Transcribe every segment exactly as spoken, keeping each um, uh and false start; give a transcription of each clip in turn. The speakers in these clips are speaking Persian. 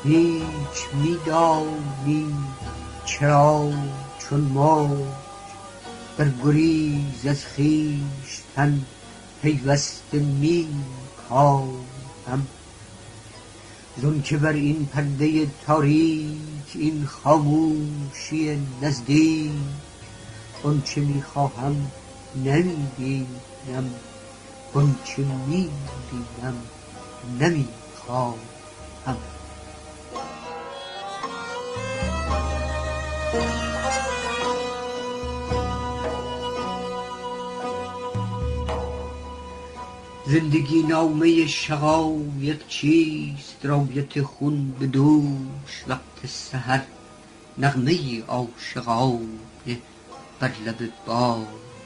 هیچ میدانی چرا چون موج بر گریز از خویشتن پیوسته میکاهم، زان که بر این پرده تاریک این خاموشی نزدیک آنچه میخواهم نمیبینم، آنچه میبینم نمیخواهم. زندگی نامه شقایق چیست؟ رایت خون به دوش وقت سحر، نغمه عاشقانه بر لب باد.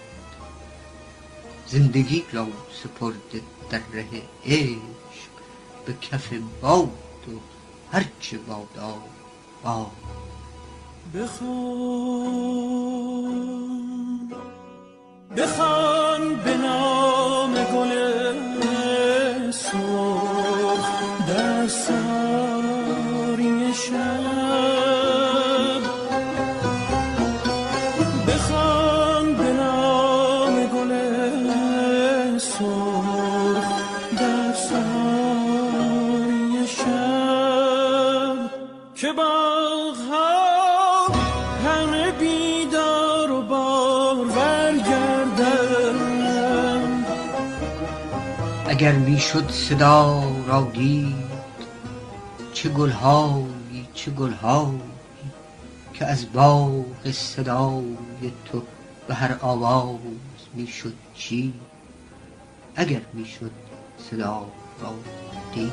زندگی را سپرده در ره عشق به کف باد و هرچه بادا باد. بخوان بخوان به نام گل سرخ در ساری شب، بخوان به نام گل سرخ در ساری شب، که باغ‌ها همه بیدار و بارور گردند. اگر میشد صدا را دید چه گلهایی چه گلهایی، که از باغ صدای تو به هر آواز میشد چی. اگر میشد صدا را دید.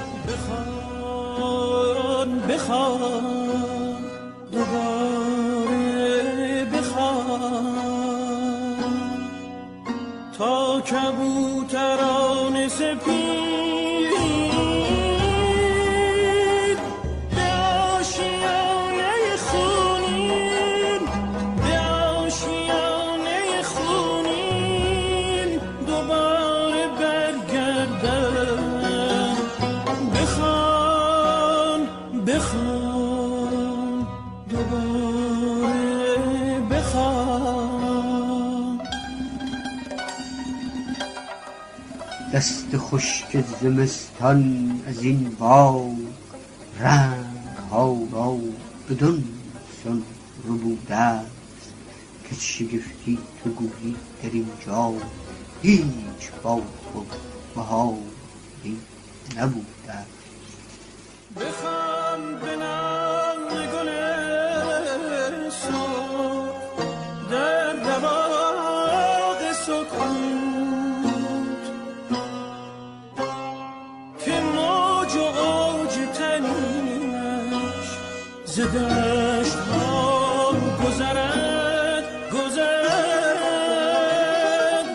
بخوان بخوان دوباره بخوان تا کبوتران سپید به آشیانه خونین، به آشیانه خونین دوباره برگردن. بخوان بخوان دوباره بخوان. دست خشک زمستان از این باغ رنگ ها را بدون سان ربوده است، که شگفتی تو گویی در اینجا هیچ باغ و بهاری نبوده است. بخوان به نام گل سرخ در دماغ سکوت، که موج و اوج تنیش ز دشت ها گذرد گذرد.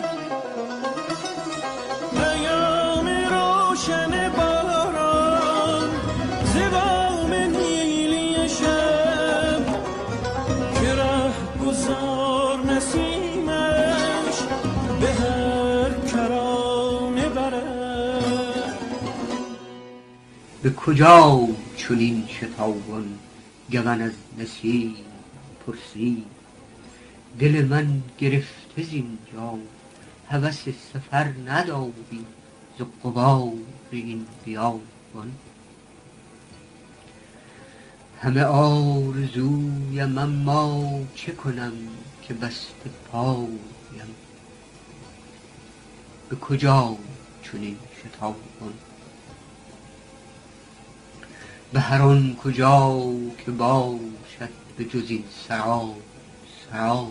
پیام روشن باران ز بام نیلی شب، که ره گذار نسیمش به هر کرانه برد. به کجا چنین شتابان گون از نسیم پرسید؟ دل من گرفته زینجا هوس سفر نداری ز غبار این بیابان. همه آرزویم اما چه کنم که بسته پایم؟ به کجا چنین شتابان؟ به هر آن کجا که باشد به جز این سرا سرا.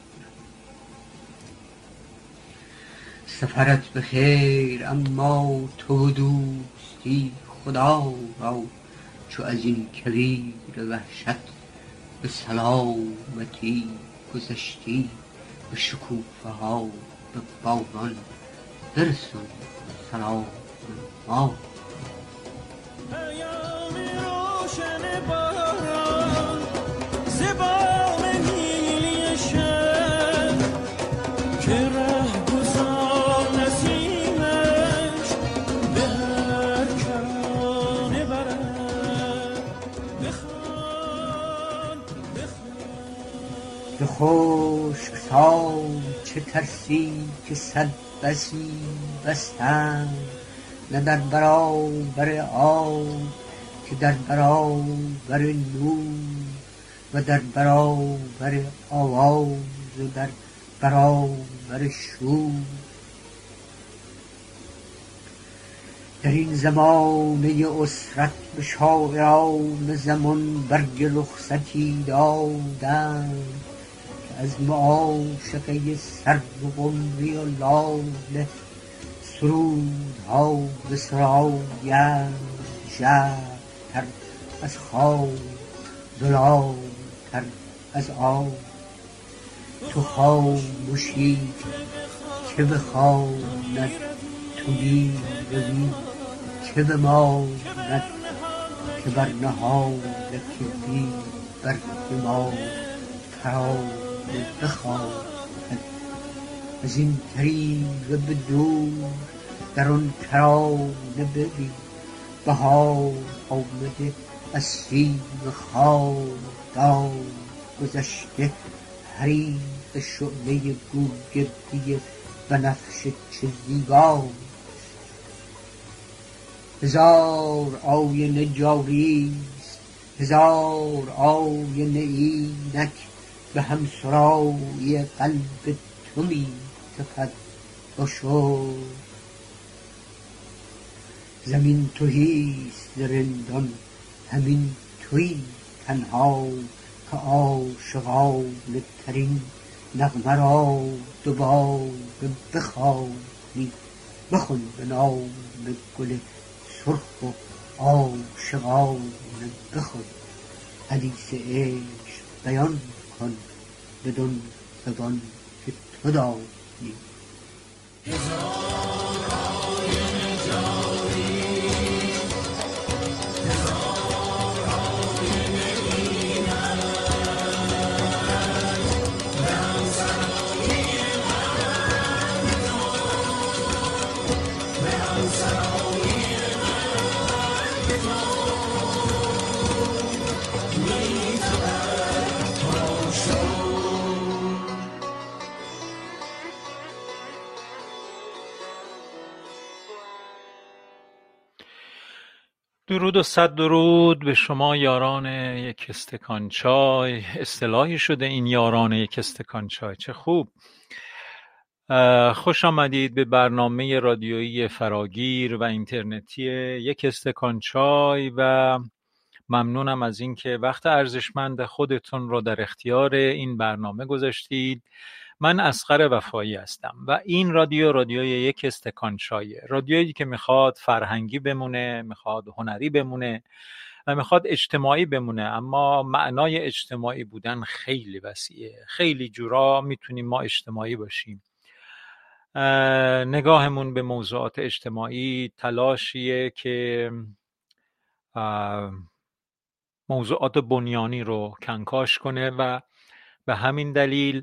سفرت به خیر اما تو و دوستی خدا را، چو از این کویر وحشت به سلامتی گذشتی. به شکوفه ها به باغان برسون سلام ما. پیام روشن باران ز بام نیلی شب، که ره گذار نسیمش به هر کرانه برد. خشک سال چه ترسی که صد بسی بستند، نه در برابر آب که در برابر نور، و در برابر آواز و در برابر شور. در این زمانه اسرت به شاعران زمان برگ رخصتی دادند که از معاشقه سرو و قمری و لاله سرودها بسرایند. ژرفتر از خواب، زلالتر از آب، تو خاموشی که بخواند تو میروی، که بماند که بر نهالک بی بر ما ترانه بخواند. از این طریق به دور در آن ترانه ببین، بهار آمده از سیم خاردار گذشته، حریق شعله گوگردی بنفشه چه زیباست. هزار آینه جاریست، هزار آینه اینک به هم سرای قلب تو می تپد با شوق. زمین تهیست ز رندان، همین تویی تنها که عاشقانه ترین نغمه را دوباره بخوانی. بخون به نام گل سرخ و عاشقانه بخون، حدیث عشق بیان کن بدون زبان که تو دانی. درود و صد درود به شما یاران یک استکان چای. اصطلاحی شده این یاران یک استکان چای، چه خوب. خوش آمدید به برنامه رادیویی فراگیر و اینترنتی یک استکان چای و ممنونم از اینکه وقت ارزشمند خودتون رو در اختیار این برنامه گذاشتید. من اصغر وفایی هستم و این رادیو رادیوی یک استکان چایه، رادیویی که میخواد فرهنگی بمونه، میخواد هنری بمونه و میخواد اجتماعی بمونه، اما معنای اجتماعی بودن خیلی وسیعه. خیلی جورا میتونیم ما اجتماعی باشیم. نگاهمون به موضوعات اجتماعی تلاشیه که موضوعات بنیانی رو کنکاش کنه و به همین دلیل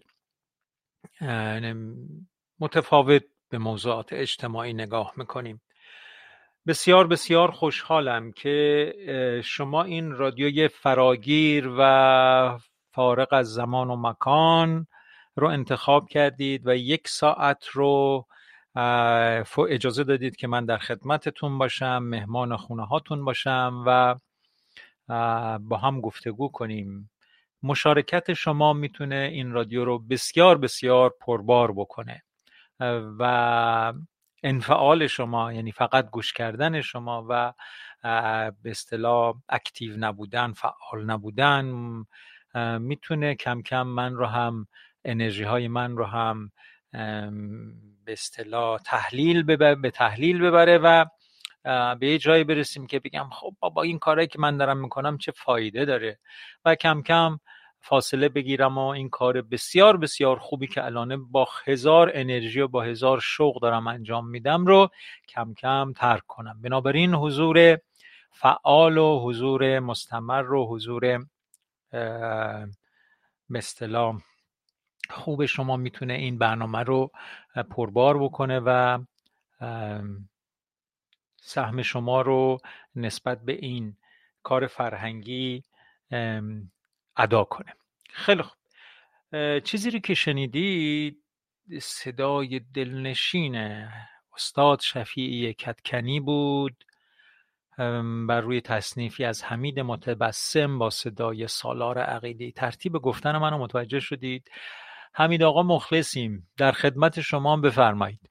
متفاوت به موضوعات اجتماعی نگاه میکنیم. بسیار بسیار خوشحالم که شما این رادیوی فراگیر و فارغ از زمان و مکان رو انتخاب کردید و یک ساعت رو اجازه دادید که من در خدمتتون باشم، مهمان خونه هاتون باشم و با هم گفتگو کنیم. مشارکت شما میتونه این رادیو رو بسیار بسیار پربار بکنه و انفعال شما، یعنی فقط گوش کردن شما و به اصطلاح اکتیو نبودن، فعال نبودن، میتونه کم کم من رو هم، انرژی های من رو هم به اصطلاح تحلیل ببره، به تحلیل ببره و به یه جایی برسیم که بگم خب بابا این کارهایی که من دارم میکنم چه فایده داره و کم کم فاصله بگیرم و این کار بسیار بسیار خوبی که الان با هزار انرژی و با هزار شوق دارم انجام میدم رو کم کم ترک کنم. بنابراین حضور فعال و حضور مستمر و حضور به اصطلاح خوب شما میتونه این برنامه رو پربار بکنه و سهم شما رو نسبت به این کار فرهنگی ادا کنه. خیلی خوب. چیزی رو که شنیدید صدای دلنشین استاد شفیعی کدکنی بود بر روی تصنیفی از حمید متبسم با صدای سالار عقیلی. ترتیب گفتن منو متوجه شدید؟ حمید آقا مخلصیم، در خدمت شما، بفرمایید.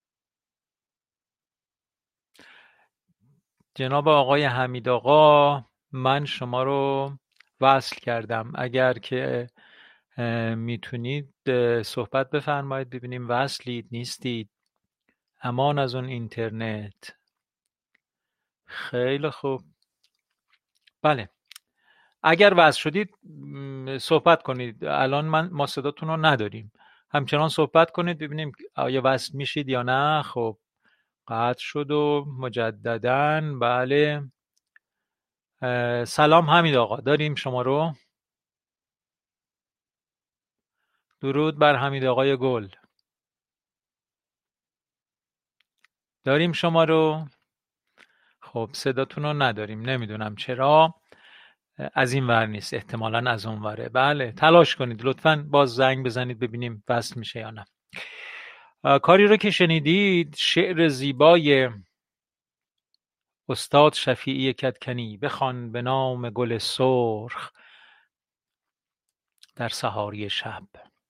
جناب آقای حمید آقا، من شما رو وصل کردم، اگر که میتونید صحبت بفرمایید ببینیم وصلید نیستید. امان از اون اینترنت. خیلی خوب، بله، اگر وصل شدید صحبت کنید. الان من ما صداتون رو نداریم، همچنان صحبت کنید ببینیم آیا وصل میشید یا نه. خب قطع شد و مجدداً. بله، سلام حمید آقا، داریم شما رو. درود بر حمید آقای گل، داریم شما رو. خب صداتون رو نداریم، نمیدونم چرا. از این ور نیست، احتمالاً از اون وره. بله، تلاش کنید لطفاً، باز زنگ بزنید ببینیم وصل میشه یا نه. کاری رو که شنیدید شعر زیبای استاد شفیعی کدکنی، بخوان به نام گل سرخ در سحاری شب.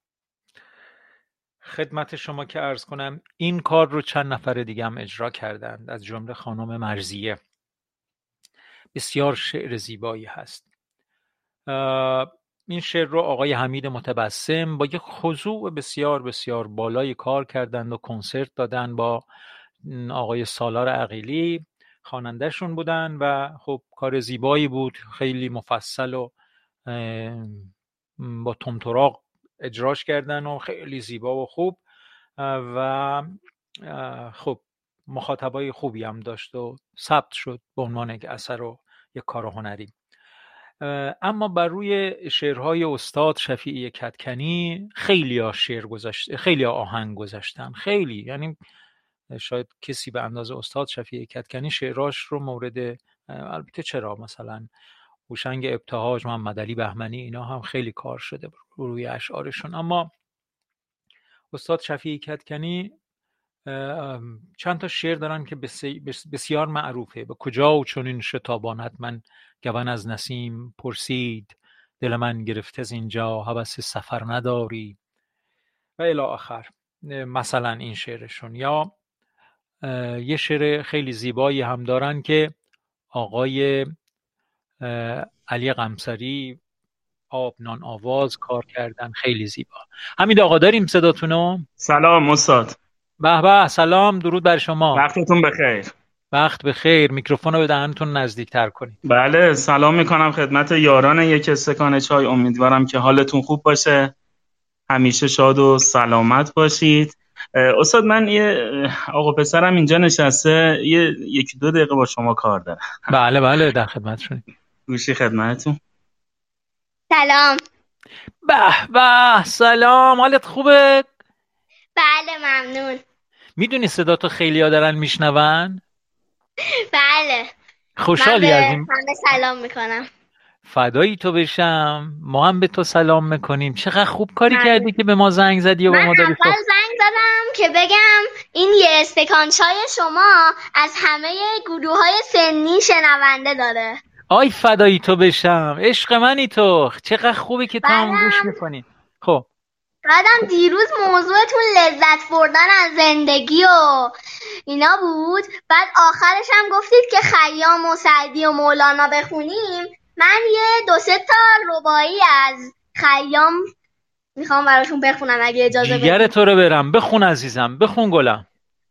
خدمت شما که عرض کنم این کار رو چند نفر دیگه هم اجرا کردند، از جمله خانم مرزیه. بسیار شعر زیبایی هست. این شعر رو آقای حمید متبسم با یک خضوع بسیار بسیار بالای کار کردند و کنسرت دادن با آقای سالار عقیلی، خواننده‌شون بودن و خب کار زیبایی بود، خیلی مفصل و با تمطراق اجراش کردن و خیلی زیبا و خوب و خب مخاطبای خوبی هم داشت و ثبت شد به عنوان یک اثر و یک کار هنری. اما بر روی شعرهای استاد شفیعی کدکنی خیلی ها شعر گذاشت، خیلی ها آهنگ گذاشتن، خیلی، یعنی شاید کسی به اندازه استاد شفیعی کدکنی شعراش رو مورد، البته چرا، مثلا هوشنگ ابتهاج، محمد علی بهمنی، اینا هم خیلی کار شده روی اشعارشون، اما استاد شفیعی کدکنی چند تا شعر دارن که بسیار معروفه. به کجا و چنین شتابانت من گون از نسیم پرسید، دل من گرفته از اینجا هوس سفر نداری و الی آخر. مثلا این شعرشون. یا یه شعر خیلی زیبایی هم دارن که آقای علی قمصری آبنان آواز کار کردن، خیلی زیبا. حمید آقا داریم صداتونو؟ سلام استاد. به به، سلام، درود بر شما. وقتتون بخیر. وقت بخیر. میکروفون رو به دهنتون نزدیکتر کنید. بله، سلام میکنم خدمت یاران یک استکان چای. امیدوارم که حالتون خوب باشه، همیشه شاد و سلامت باشید. استاد، من یه آقا پسرم اینجا نشسته، یه یکی دو دقیقه با شما کار داره. بله بله، در خدمتتون. گوشی خدمتتون. سلام. به به، سلام، حالت خوبه؟ بله ممنون. میدونی صدا تو خیلی ها دارن میشنون؟ بله. خوشحالی از این؟ من به سلام میکنم. فدایی تو بشم، ما هم به تو سلام میکنیم. چقدر خوب کاری من... کردی که به ما زنگ زدی و به ما داری. من اول زنگ زدم که بگم این یه استکان چای شما از همه گروه های سنی شنونده داره. آی فدایی تو بشم، عشق منی تو، چقدر خوبه که تو هم گوش میکنی. خب بعدم دیروز موضوعتون لذت بردن از زندگی و اینا بود، بعد آخرش هم گفتید که خیام و سعدی و مولانا بخونیم. من یه دو سه تا رباعی از خیام میخوام براتون بخونم اگه اجازه بدید. دیگر تو رو برم، بخون عزیزم، بخون گلم.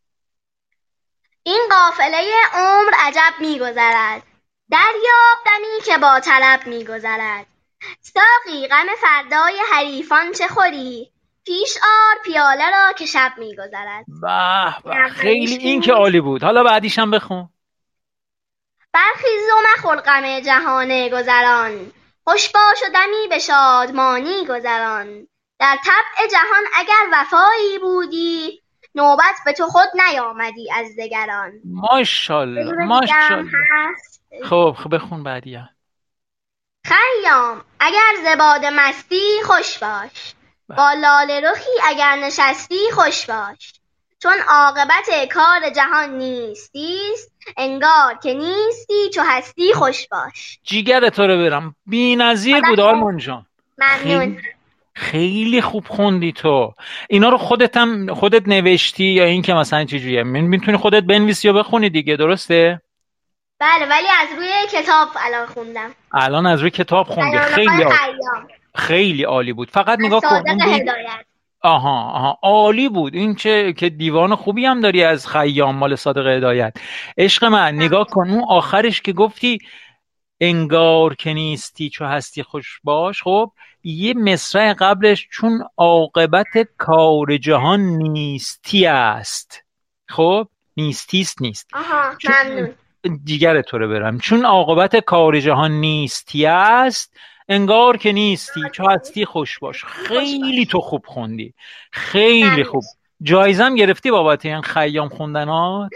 این قافله عمر عجب میگذرد، دریاب دمی که با طلب میگذرد. ساقی غم فردای حریفان چه خوری، پیش آر پیاله را که شب میگذرد. به به، خیلی این که عالی بود. حالا بعدیش هم بخون. برخیز و مخور غم جهان گذران، خوش باش و دمی به شادمانی گذران. در طبع جهان اگر وفایی بودی، نوبت به تو خود نیامدی از دگران. ماشاءالله ماشاءالله. خب خب بخون بعدی هم. خیام اگر ز باده مستی خوش باش، با لاله رخی اگر نشستی خوش باش، چون عاقبت کار جهان نیستیست، انگار که نیستی چو هستی خوش باش. جیگر تو رو برم، بی‌نظیر بود آرمان جان. ممنون. خیلی خوب خوندی تو. اینا رو خودت هم خودت نوشتی یا این که مثلا چجوریه؟ میتونی خودت بنویسی و بخونی دیگه، درسته؟ بله، ولی از روی کتاب الان خوندم. الان از روی کتاب خوندی. خیلی عالی. خیلی عالی بود. فقط نگاه کن صادق هدایت. آها آها عالی بود. این چه که دیوان خوبی هم داری از خیام، مال صادق هدایت. عشق من نگاه کن اون آخرش که گفتی انگار که نیستی چو هستی خوش باش، خب یه مصرع قبلش چون عاقبت کار جهان نیستی است، خب نیستیست نیست. آها ممنون. دیگر تو رو برم، چون عاقبت کار جهان نیستی است، انگار که نیستی چو هستی خوش باش. خیلی تو خوب خوندی، خیلی خوب. جایزم گرفتی بابت این خیام خوندنات؟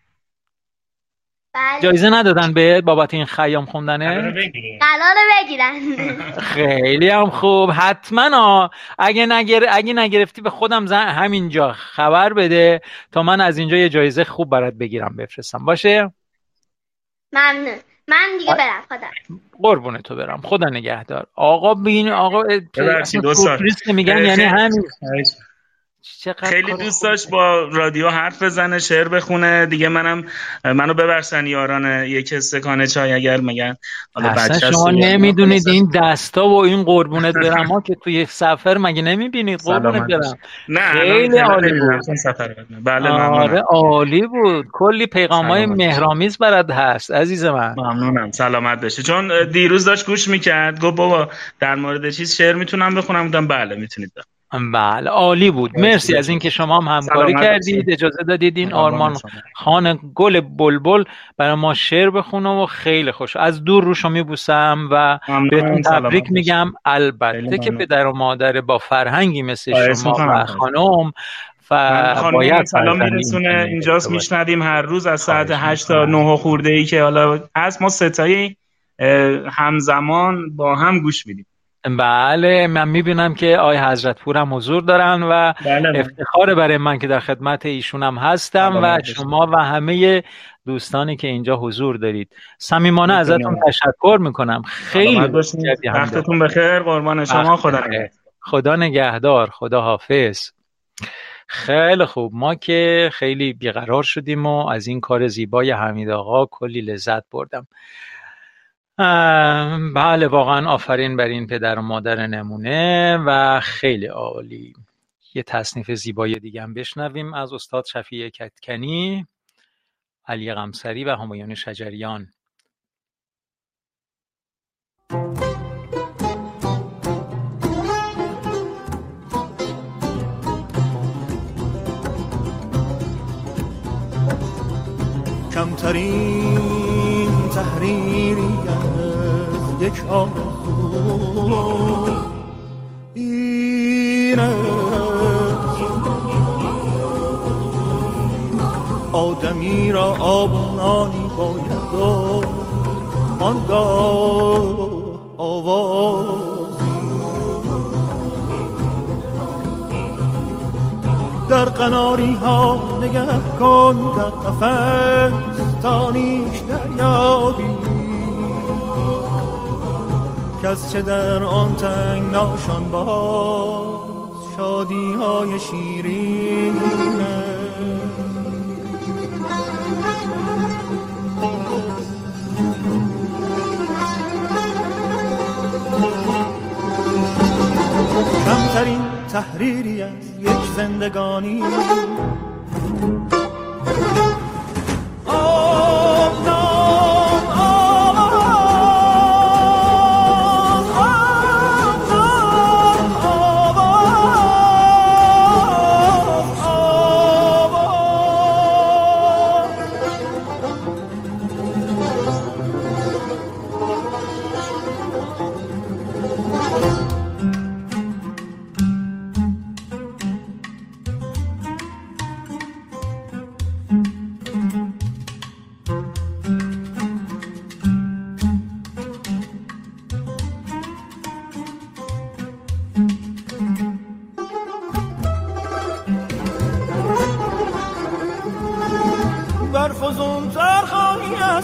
بله. جایزه ندادن به بابت این خیام خوندنه؟ قراره بگیرن. خیلی هم خوب. حتما اگه نگر... اگه نگرفتی به خودم زن... همینجا خبر بده تا من از اینجا یه جایزه خوب برات بگیرم بفرستم، باشه؟ ممنون. من دیگه برم. خدا قربون تو برم. خدا نگهدار. آقا ببین آقا ببخشید دوستان میگن یعنی همین. خیلی دوست داشت با رادیو حرف بزنه، شعر بخونه دیگه. منم منو ببخشن یاران یک استکان چای اگر میگن حالا بچه‌ست. شما نمیدونید این دستا و این قربونت برم ها که توی سفر مگه نمیبینید؟ قربونت برم. نه خیلی عالی بود. بله آره عالی بود. کلی پیغامای مهرامیز برات هست عزیز من. ممنونم. سلامت بشه. چون دیروز داشت گوش میکرد گفت بابا در مورد چیز شعر میتونم بخونم؟ بودم بله میتونید. بله عالی بود. مرسی از اینکه شما هم همکاری کردید، اجازه دادید این آرمان خان گل بلبل برای ما شعر بخونه و خیلی خوش. از دور روشو میبوسم و بهتون تبریک میگم. البته که پدر و مادر با فرهنگی مثل شما و خانم و باید سلام میرسونه. اینجاست میشنویم هر روز از ساعت هشت تا نه خورده ای که حالا از ما ستایی همزمان با هم گوش میدیم. بله من میبینم که آقای حضرت پور هم حضور دارن و بله افتخار برای من که در خدمت ایشونم هستم و شما و همه دوستانی که اینجا حضور دارید. صمیمانه ازتون تشکر میکنم. خیلی وقتتون بخیر. قربان شما. خدا نگهدار. خدا نگهدار. خدا حافظ. خیلی خوب. ما که خیلی بیقرار شدیم و از این کار زیبای حمید آقا کلی لذت بردم. بله واقعا آفرین بر این پدر و مادر نمونه و خیلی عالی. یه تصنیف زیبای دیگه هم بشنویم از استاد شفیع کدکنی، علی قمصری و همایون شجریان. کمترین تحریری از یک آرزو اینه، آدمی را آب و نانی باید و آنگاه آوازی در قناری ها نگه کن، در قفس تانیش دریابی کس چه در آن تنگ ناشان باز شادی های شیرینه. کمترین تحریری از یک زندگانی برفزون تر خواهی از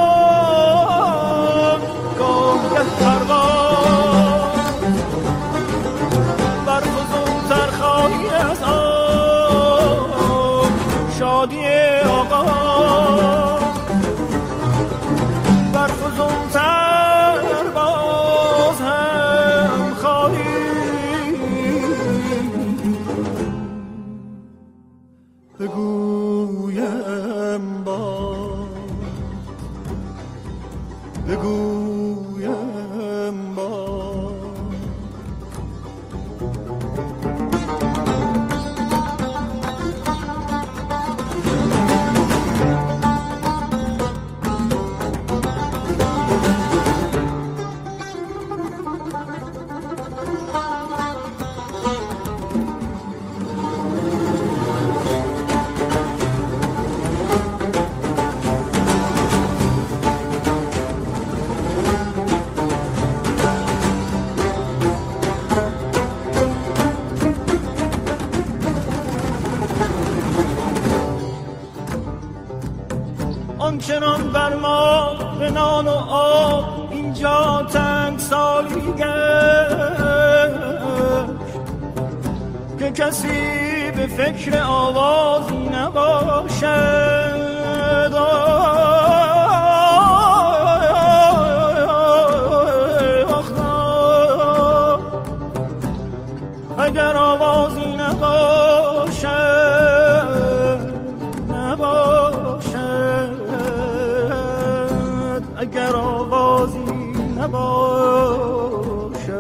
آن گاه گه پرواز برفزون تر خواهی از آن شادی آقا برفزون تر باز هم خواهی بگویم با بگویم با آنچنان بر ما به نان و آب اینجا تنگ سالی گشت که کسی به فکر آوازی نباشد اگر آوازی نباشد نباشد اگر آوازی نباشد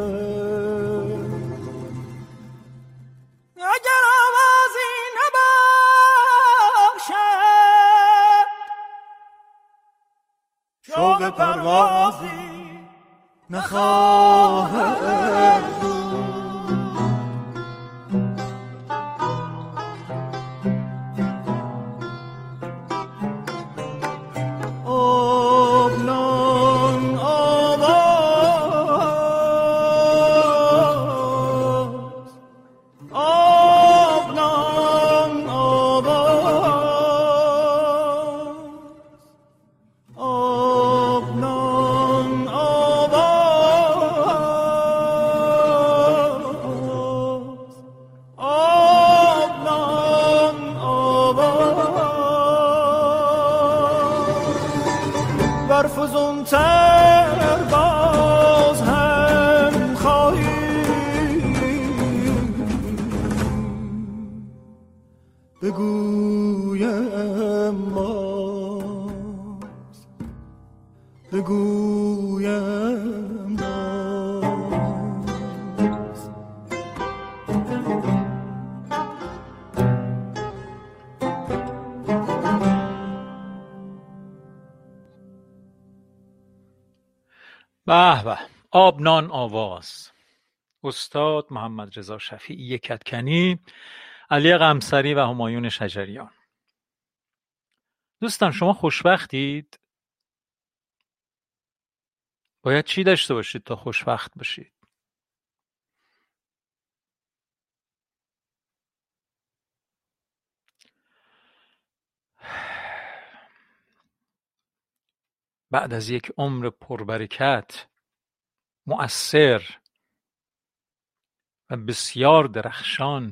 اگر آوازی نباشد شوق پروازی نخواهد بود برفزون تر باز هم خواهی بگویم باز بگویم باز به به، آب نان آواز، استاد محمد رضا شفیعی کدکنی، علی قمصری و همایون شجریان. دوستان شما خوشبختید؟ باید چی داشته باشید تا خوشبخت باشید؟ بعد از یک عمر پربرکت، مؤثر و بسیار درخشان،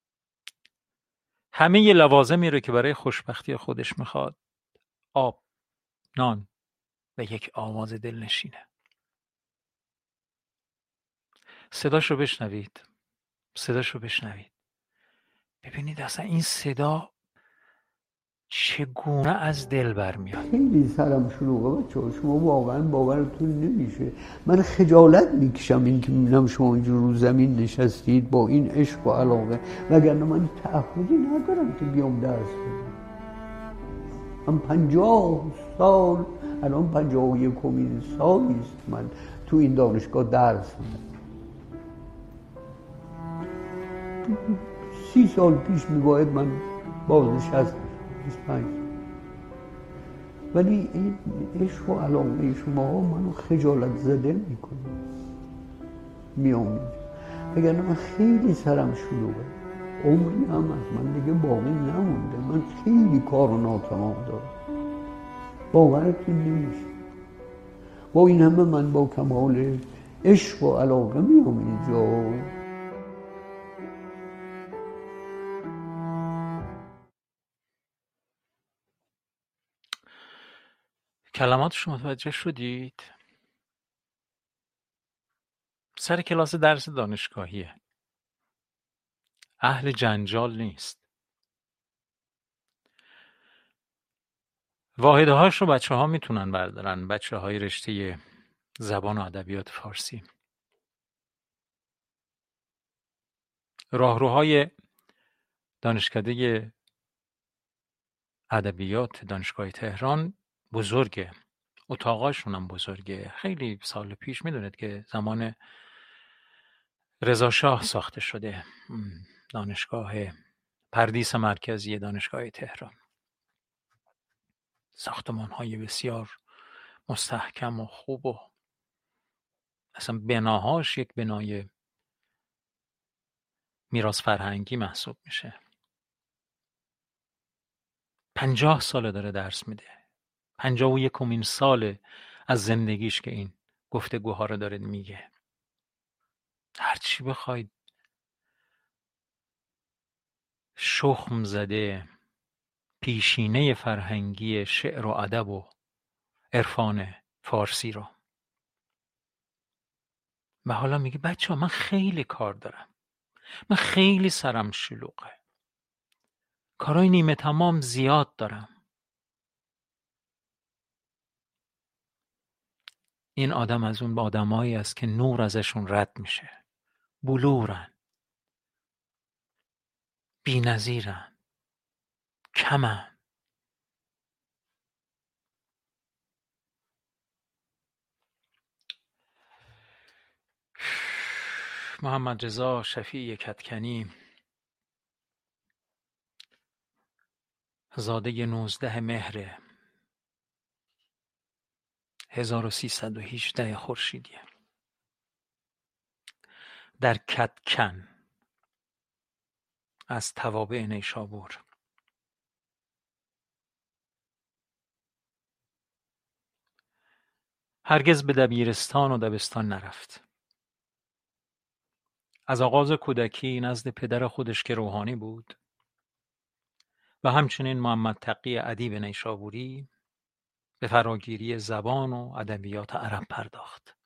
همه ی لوازمی رو که برای خوشبختی خودش میخواد، آب، نان و یک آواز دلنشینه. صداشو بشنوید، صداشو بشنوید، ببینید اصلا این صدا چگونه از دل برمیاد. خیلی سرم شلوغه بچه‌ها، شما واقعا باورتون نمیشه. من خجالت میکشم این که میبینم شما اینجور رو زمین نشستید با این عشق و علاقه، وگرنه من تعهدی ندارم که بیام درس بدم. من پنجاه سال، الان پنجاه و یکمین سالی است من تو این دانشگاه درس میدم. سی سال پیش میباید من بازنشست بیست و پنج، ولی این عشق و علاقه شما منو خجالت زده میکنه. میام اینجا وگرنه من خیلی سرم شلوغه، عمری هم از من دیگه باقی نمونده. من خیلی کار و ناتمام دارم، باورتون نمیشه. با این همه من با کمال عشق و علاقه میام اینجا. کلماتش متوجه شدید؟ سر کلاس درس دانشگاهیه، اهل جنجال نیست. واحده هاش رو بچه ها میتونن بردارن، بچه های رشته زبان و ادبیات فارسی. راهروهای دانشکده ادبیات دانشگاه تهران بزرگه، اتاقاشون هم بزرگه. خیلی سال پیش میدونید که زمان رضا شاه ساخته شده دانشگاه پردیس مرکزی دانشگاه تهران. ساختمان های بسیار مستحکم و خوب و اصلا بناهاش یک بنای میراث فرهنگی محسوب میشه. پنجاه ساله داره درس میده، پنجاه و یکمین سال از زندگیش که این گفتگوها رو داره میگه. هرچی بخواید شخم زده پیشینه فرهنگی شعر و ادب و عرفان فارسی رو. و حالا میگه بچه ها من خیلی کار دارم، من خیلی سرم شلوغه، کارهای نیمه تمام زیاد دارم. این آدم از اون آدمایی است که نور ازشون رد میشه، بلورن، بی‌نظیرن، کمن. محمد رضا شفیعی کدکنی زاده نوزده مهر هزار و سیصد و هجده خورشیدی در کدکن از توابع نیشابور. هرگز به دبیرستان و دبستان نرفت. از آغاز کودکی نزد پدر خودش که روحانی بود و همچنین محمد تقی ادیب نیشابوری به فراگیری زبان و ادبیات عرب پرداخت.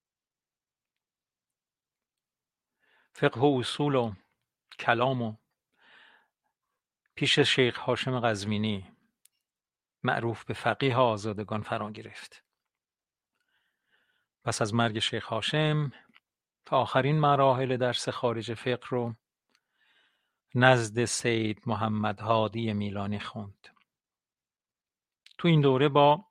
فقه و اصول و کلام و پیش شیخ هاشم قزوینی معروف به فقیه آزادگان فرا گرفت. پس از مرگ شیخ هاشم تا آخرین مراحل درس خارج فقه رو نزد سید محمد هادی میلانی خوند. تو این دوره با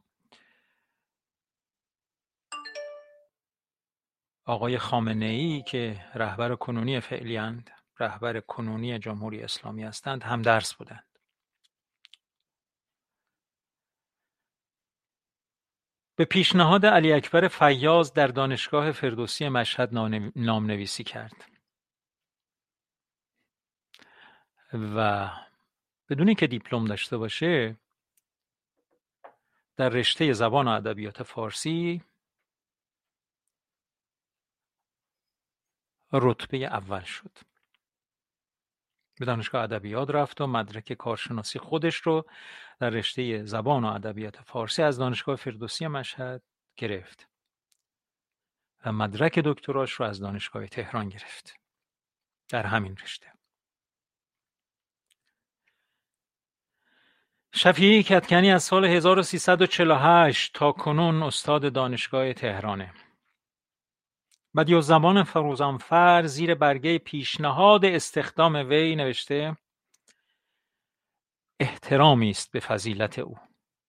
آقای خامنه‌ای که رهبر کنونی فعلی‌اند، رهبر کنونی جمهوری اسلامی هستند، هم درس بودند. به پیشنهاد علی اکبر فیاض در دانشگاه فردوسی مشهد نامنویسی کرد و بدون اینکه دیپلم داشته باشه در رشته زبان و ادبیات فارسی رتبه اول شد. به دانشگاه ادبیات رفت و مدرک کارشناسی خودش رو در رشته زبان و ادبیات فارسی از دانشگاه فردوسی مشهد گرفت و مدرک دکتراش رو از دانشگاه تهران گرفت در همین رشته. شفیعی کدکنی از سال هزار و سیصد و چهل و هشت تا کنون استاد دانشگاه تهرانه. بدیعالزمان فروزانفر زیر برگه پیشنهاد استخدام وی نوشته احترامی است به فضیلت او.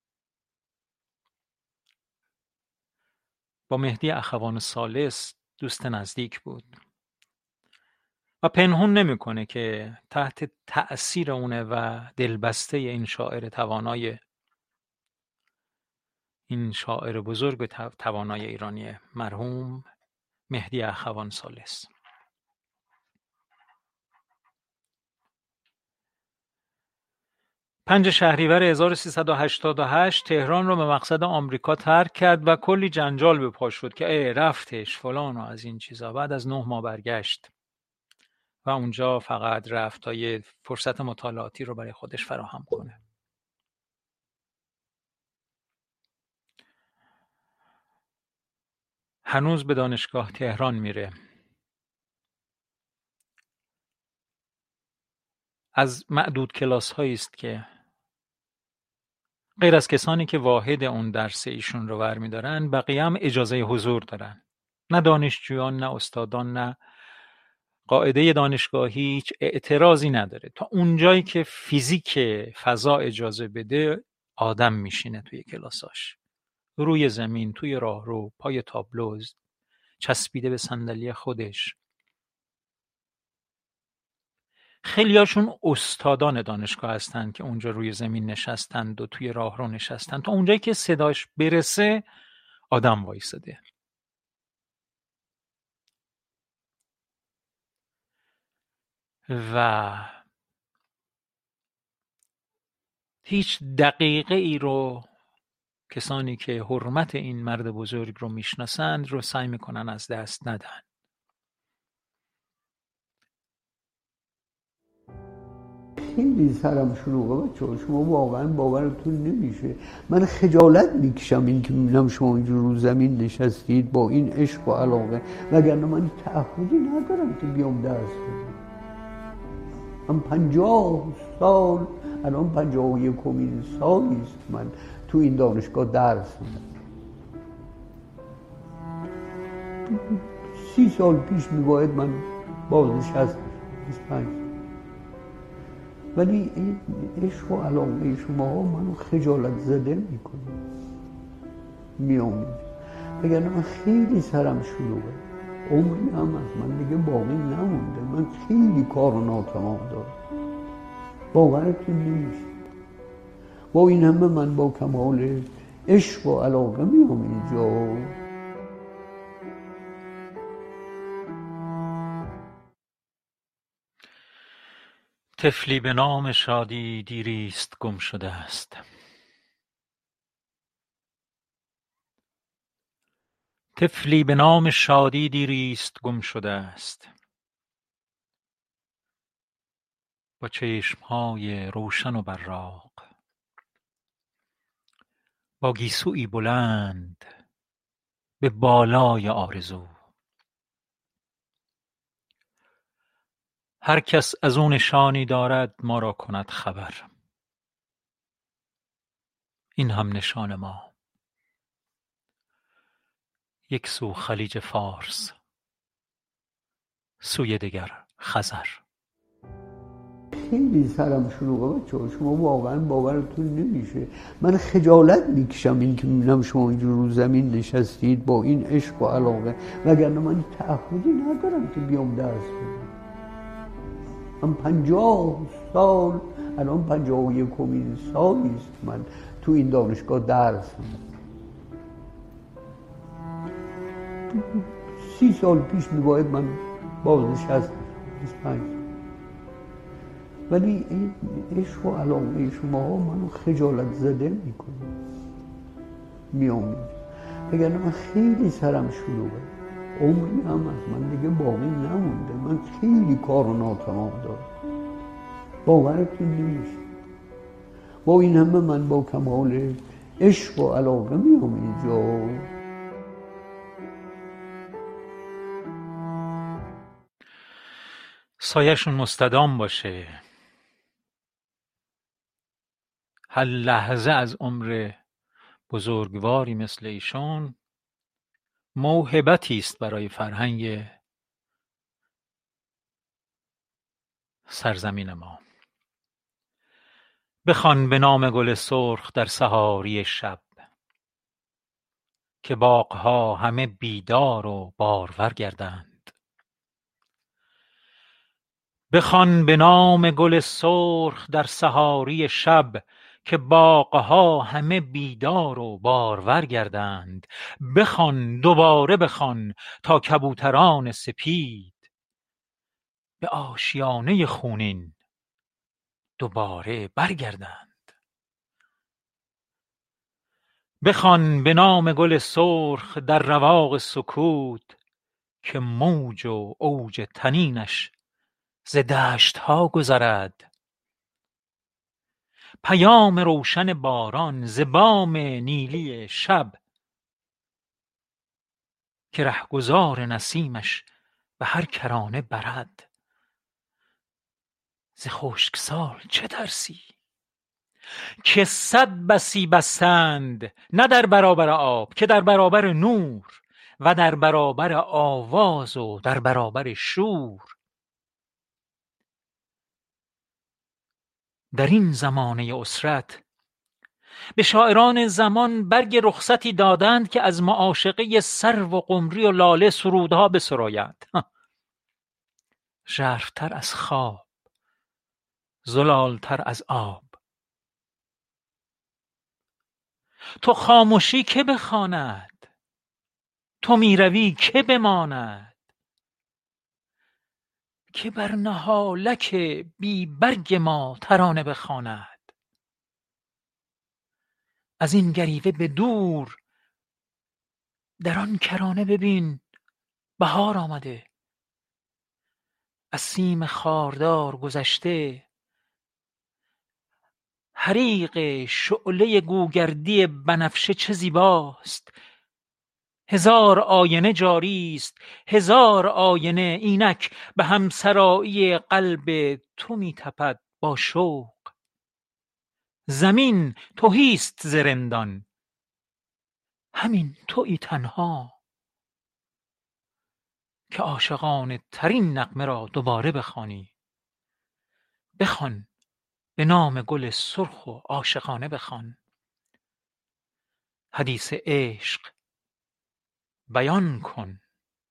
با مهدی اخوان ثالث دوست نزدیک بود و پنهون نمیکنه که تحت تأثیر اونه و دلبسته این شاعر توانای این شاعر بزرگ و توانای ایرانی مرحوم مهدی اخوان ثالث. پنج شهریور هزار و سیصد و هشتاد و هشت تهران رو به مقصد آمریکا ترک کرد و کلی جنجال به پا شد که ای رفتش فلان و از این چیزا. بعد از نه ماه برگشت و اونجا فقط رفت تا یه فرصت مطالعاتی رو برای خودش فراهم کنه. هنوز به دانشگاه تهران میره. از معدود کلاس هایی است که غیر از کسانی که واحد اون درس ایشون رو برمی‌دارن بقیه هم اجازه حضور دارن. نه دانشجویان، نه استادان، نه قاعده دانشگاهی هیچ اعتراضی نداره. تا اونجایی که فیزیک فضا اجازه بده آدم میشینه توی کلاساش، روی زمین، توی راهرو، پای تابلو، چسبیده به صندلی خودش. خیلیاشون استادان دانشگاه هستند که اونجا روی زمین نشستند و توی راهرو نشستند. تا اونجایی که صداش برسه آدم وایساده. و هیچ دقیقه ای رو کسانی که حرمت این مرد بزرگ رو میشناسند رو سعی میکنن از دست ندن. خیلی سرم شلوغه بچه‌ها، شما واقعا باورتون نمیشه. من خجالت میکشم این که میبینم شما اینجور رو زمین نشستید با این عشق و علاقه، وگرنه من تعهدی ندارم که بیام درس بدم. من پنجاه سال، الان پنجاه و یکمین سالی است من تو این دانشگاه درس میدم. سی سال پیش میباید من بازنشستم، بیست و پنج. ولی این عشق و علاقه شما منو خجالت زده میکنه. میام بگم من خیلی سرم شلوغه، عمری هم از من دیگه باقی نمونده. من خیلی کار و ناتمام دارم، باورتون نمیشه. با این همه من با کمال عشق و علاقه میام اینجا. طفلی به نام شادی دیریست گم شده است. طفلی به نام شادی دیریست گم شده است. با چشمهای روشن و براق، با گیسویی بلند به بالای آرزو. هر کس از اون نشانی دارد ما را کند خبر. این هم نشان ما. یک سو خلیج فارس، سوی دیگر خزر. خیلی سرم شلوغه بچه‌ها، شما واقعا باورتون نمیشه. من خجالت میکشم این که میبینم شما اینجور رو زمین نشستید با این عشق و علاقه، وگرنه من تعهدی ندارم که بیام درس بدم. من پنجاه سال، الان پنجاه و یکمین سالی است من تو این دانشگاه درس میدم. سی سال پیش میباید من بازنشستم، بیست و پنج. ولی این عشق و علاقه شما منو خجالت زده میکنه. میام اینجا بگم من خیلی سرم شلوغه، عمری هم از من دیگه باقی نمونده. من خیلی کار و ناتمام دارم، باورتون نمیشه. با این همه من با کمال عشق و علاقه میام اینجا. سایه‌شون مستدام باشه. هر لحظه از عمر بزرگواری مثل ایشون موهبتی است برای فرهنگ سرزمین ما. بخوان به نام گل سرخ در سحاری شب، که باغها همه بیدار و بارور گردند. بخوان به نام گل سرخ در سحاری شب، که باغها همه بیدار و بارور گردند. بخوان، دوباره بخوان، تا کبوتران سپید به آشیانه خونین دوباره برگردند. بخوان به نام گل سرخ در رواق سکوت، که موج و اوج تنینش ز دشت ها گذرد. پیام روشن باران ز بام نیلی شب، که رهگذار نسیمش به هر کرانه برد. ز خشکسال چه ترسی که صد بسی بستند، نه در برابر آب که در برابر نور، و در برابر آواز و در برابر شور. در این زمانه اسرت به شاعران زمان برگ رخصتی دادند که از معاشقه سرو و قمری و لاله سرودها بسرایند. ژرف‌تر از خواب، زلالتر از آب. تو خاموشی که بخواند، تو میروی که بماند، که بر نهالک بی برگ ما ترانه بخواند. از این گریوه به دور در آن کرانه ببین بهار آمده. از سیم خاردار گذشته، حریق شعله گوگردی بنفشه چه زیباست. هزار آینه جاری است، هزار آینه اینک به همسرایی قلب تو می تپد با شوق. زمین تهی است ز رندان، همین تویی تنها، که عاشقانه ترین نغمه را دوباره بخوانی. بخوان به نام گل سرخ و عاشقانه بخوان. حدیث عشق بیان کن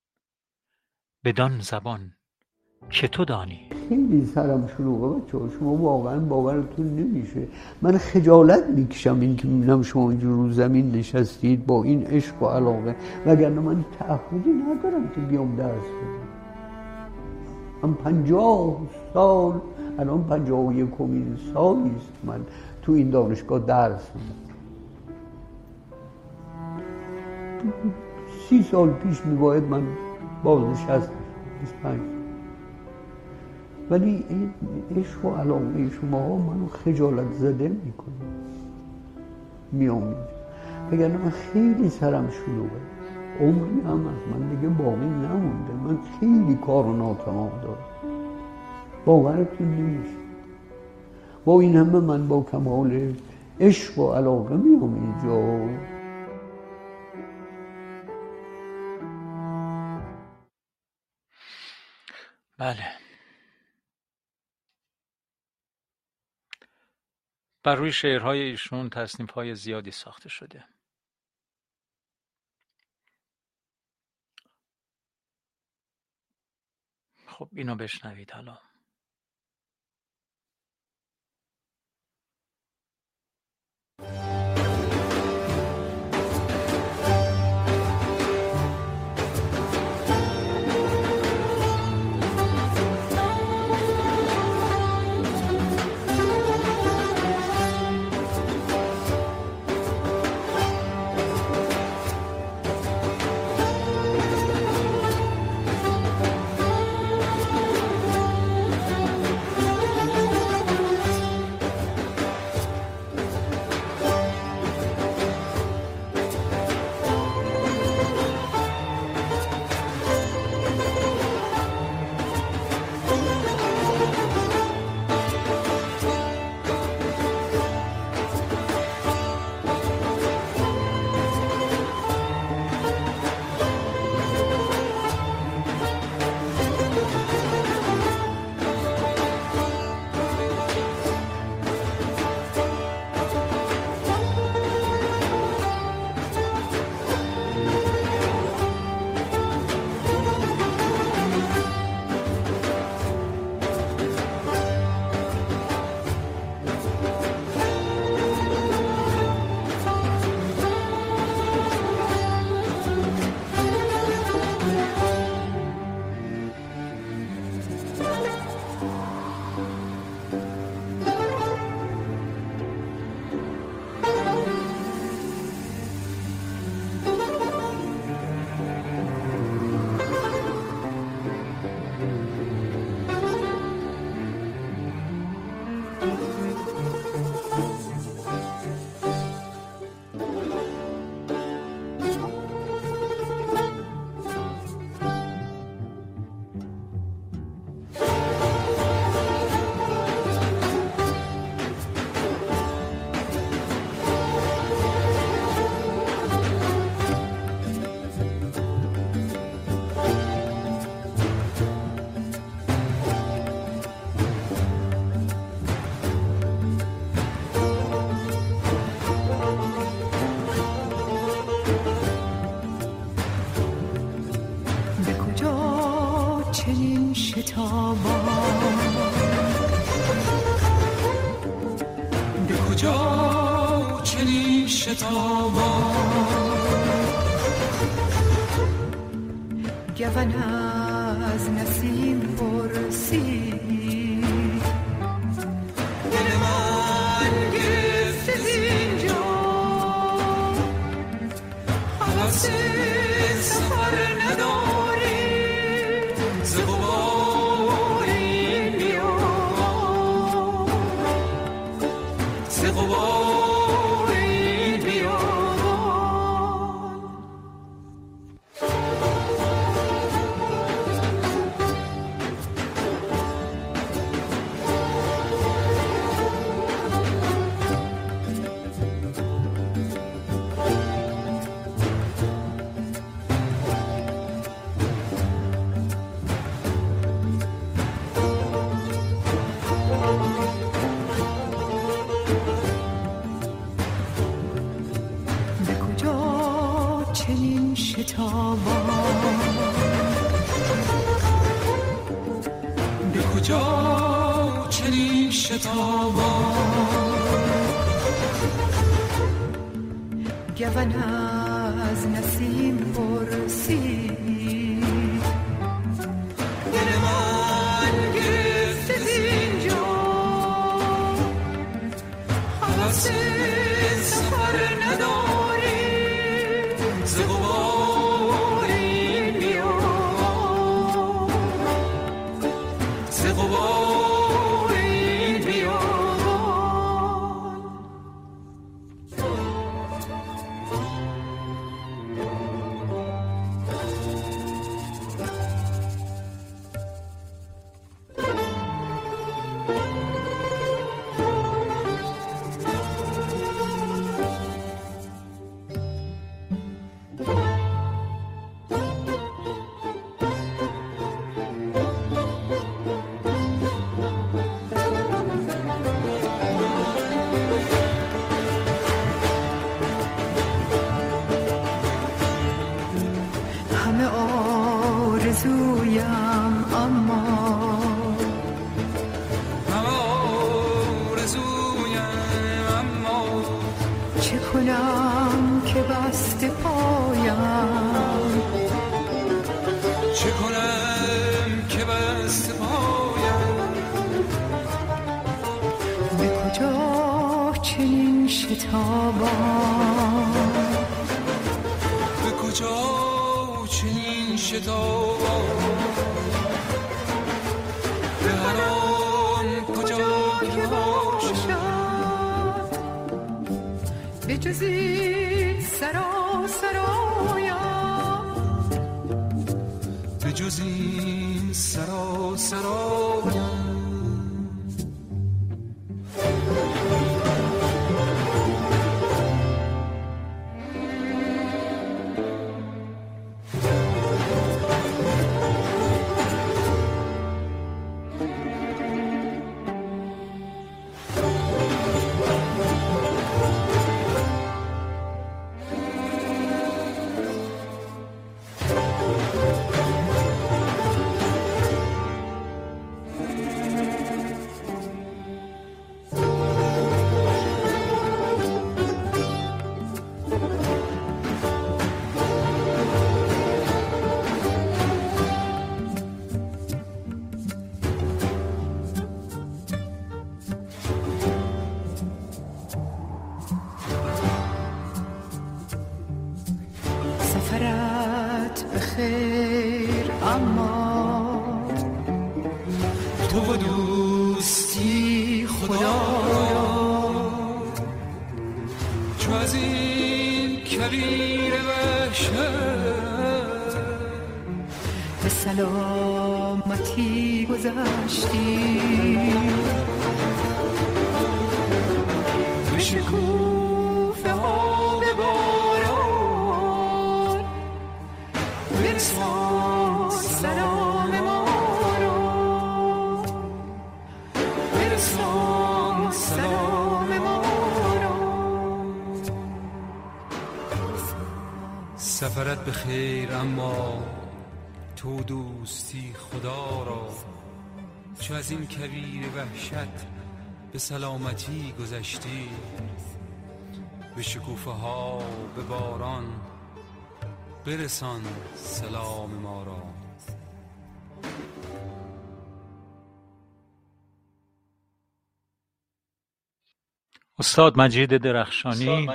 بدان زبان که تو دانی. خیلی سرم شلوغه بچه‌ها، شما واقعا باورتون نمیشه. من خجالت میکشم این که میبینم شما اینجور رو زمین نشستید با این عشق و علاقه، وگرنه من تعهدی ندارم که بیام درس بدم. من پنجاه سال، الان پنجاه و یکمین سالی است من تو این دانشگاه درس میدم. سی سال پیش میباید من بازنشست بشم، بیست و پنج. ولی این عشق و علاقه شما ها منو خجالت زده میکنه. میام وگرنه من خیلی سرم شلوغه، عمری هم از من دیگه باقی نمونده. من خیلی کار و ناتمام دارم، باورتون نمیشه. با این همه من با کمال عشق و علاقه میام اینجا. بله، بر روی شعرهای ایشون تصنیف‌های زیادی ساخته شده. خب اینو بشنوید حالا. گون از نسیم پرسی دل من گرفته اینجا حواس سفر نداری ز غبار این بیابان ز غبار این بیابان به کجا چنین شتابان گون از نسیم پرسی دل من گرفته اینجا حواس سفر نداری ز غبار این بیابان ز غبار این بیابان همه آرزویم اما همه آرزویم اما چه کنم که بسته پایم چه کنم که بسته پایم به کجا چنین شتابان به کجا چنین شتابان به هر آن کجا که باشد به جز این سرا سرایم به جز این سرا سرایم خدایا چو از این کویر وحشت به سلامتی گذشتی به شکوفه ها به باران برسان سلام ما را برسان سلام ما را سفرت به خیر اما تو دوستی خدا را چو از این کویر وحشت به سلامتی گذشتی به شکوفه ها به باران برسان سلام ما را. استاد مجید درخشانی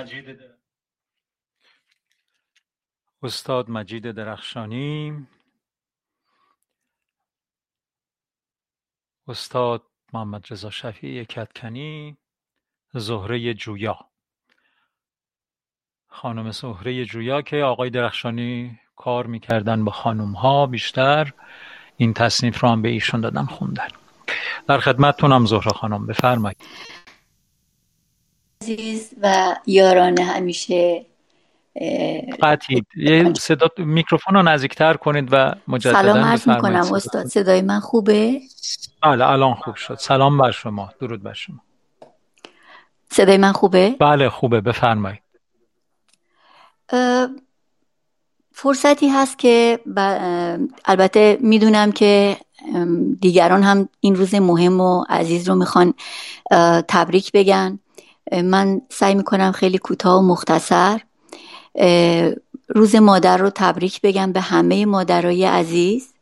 استاد مجید درخشانی استاد محمد رضا شفیعی کدکنی، زهره جویا، خانم زهره جویا که آقای درخشانی کار میکردن با خانم ها، بیشتر این تصنیف رو هم به ایشون دادن خوندن. در خدمتتونم زهره خانم، بفرمایید. عزیز و یاران همیشه قطعید یه صدا میکروفون رو نزدیکتر کنید و مجددا سلام عرض بفرمایید. میکنم استاد، صدای من خوبه؟ بله الان خوب شد. سلام بر شما، درود بر شما. صدای من خوبه؟ بله خوبه، بفرمایید. فرصتی هست که البته میدونم که دیگران هم این روز مهم و عزیز رو میخوان تبریک بگن. من سعی میکنم خیلی کوتاه و مختصر روز مادر رو تبریک بگم به همه مادرای عزیز.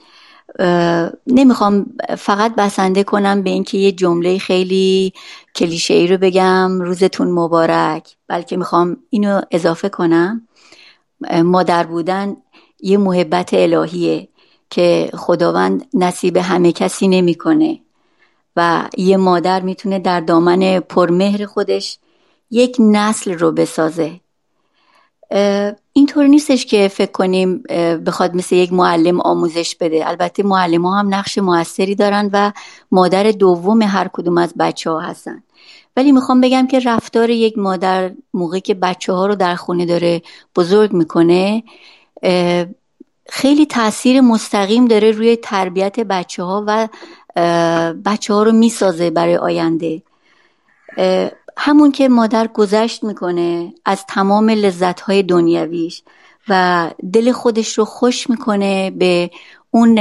نمیخوام فقط بسنده کنم به اینکه یه جمله خیلی کلیشه‌ای رو بگم روزتون مبارک، بلکه میخوام اینو اضافه کنم مادر بودن یه محبت الهیه که خداوند نصیب همه کسی نمیکنه و یه مادر میتونه در دامن پرمهر خودش یک نسل رو بسازه. اینطور نیستش که فکر کنیم بخواد مثل یک معلم آموزش بده. البته معلم ها هم نقش موثری دارن و مادر دوم هر کدوم از بچه ها هستن، ولی میخوام بگم که رفتار یک مادر موقعی که بچه ها رو در خونه داره بزرگ میکنه خیلی تأثیر مستقیم داره روی تربیت بچه ها و بچه ها رو میسازه برای آینده. همون که مادر گذشت میکنه از تمام لذت‌های دنیویش و دل خودش رو خوش میکنه به اون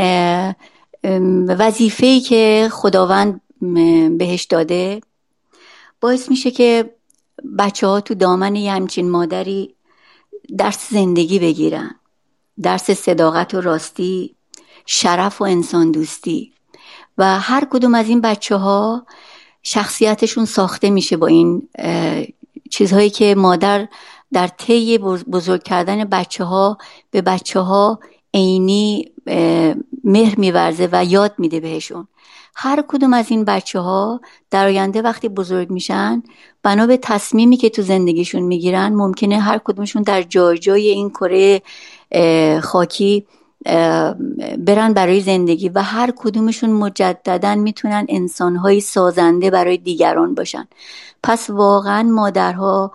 وظیفه‌ای که خداوند بهش داده، باعث میشه که بچه ها تو دامن یه همچین مادری درس زندگی بگیرن، درس صداقت و راستی، شرف و انسان دوستی، و هر کدوم از این بچه ها شخصیتشون ساخته میشه با این چیزهایی که مادر در طی بزرگ کردن بچه ها به بچه ها عینی مهر میورزه و یاد میده بهشون. هر کدوم از این بچه ها در آینده وقتی بزرگ میشن بنا به تصمیمی که تو زندگیشون میگیرن ممکنه هر کدومشون در جای جای این کره خاکی برن برای زندگی و هر کدومشون مجدداً میتونن انسانهای سازنده برای دیگران باشن. پس واقعاً مادرها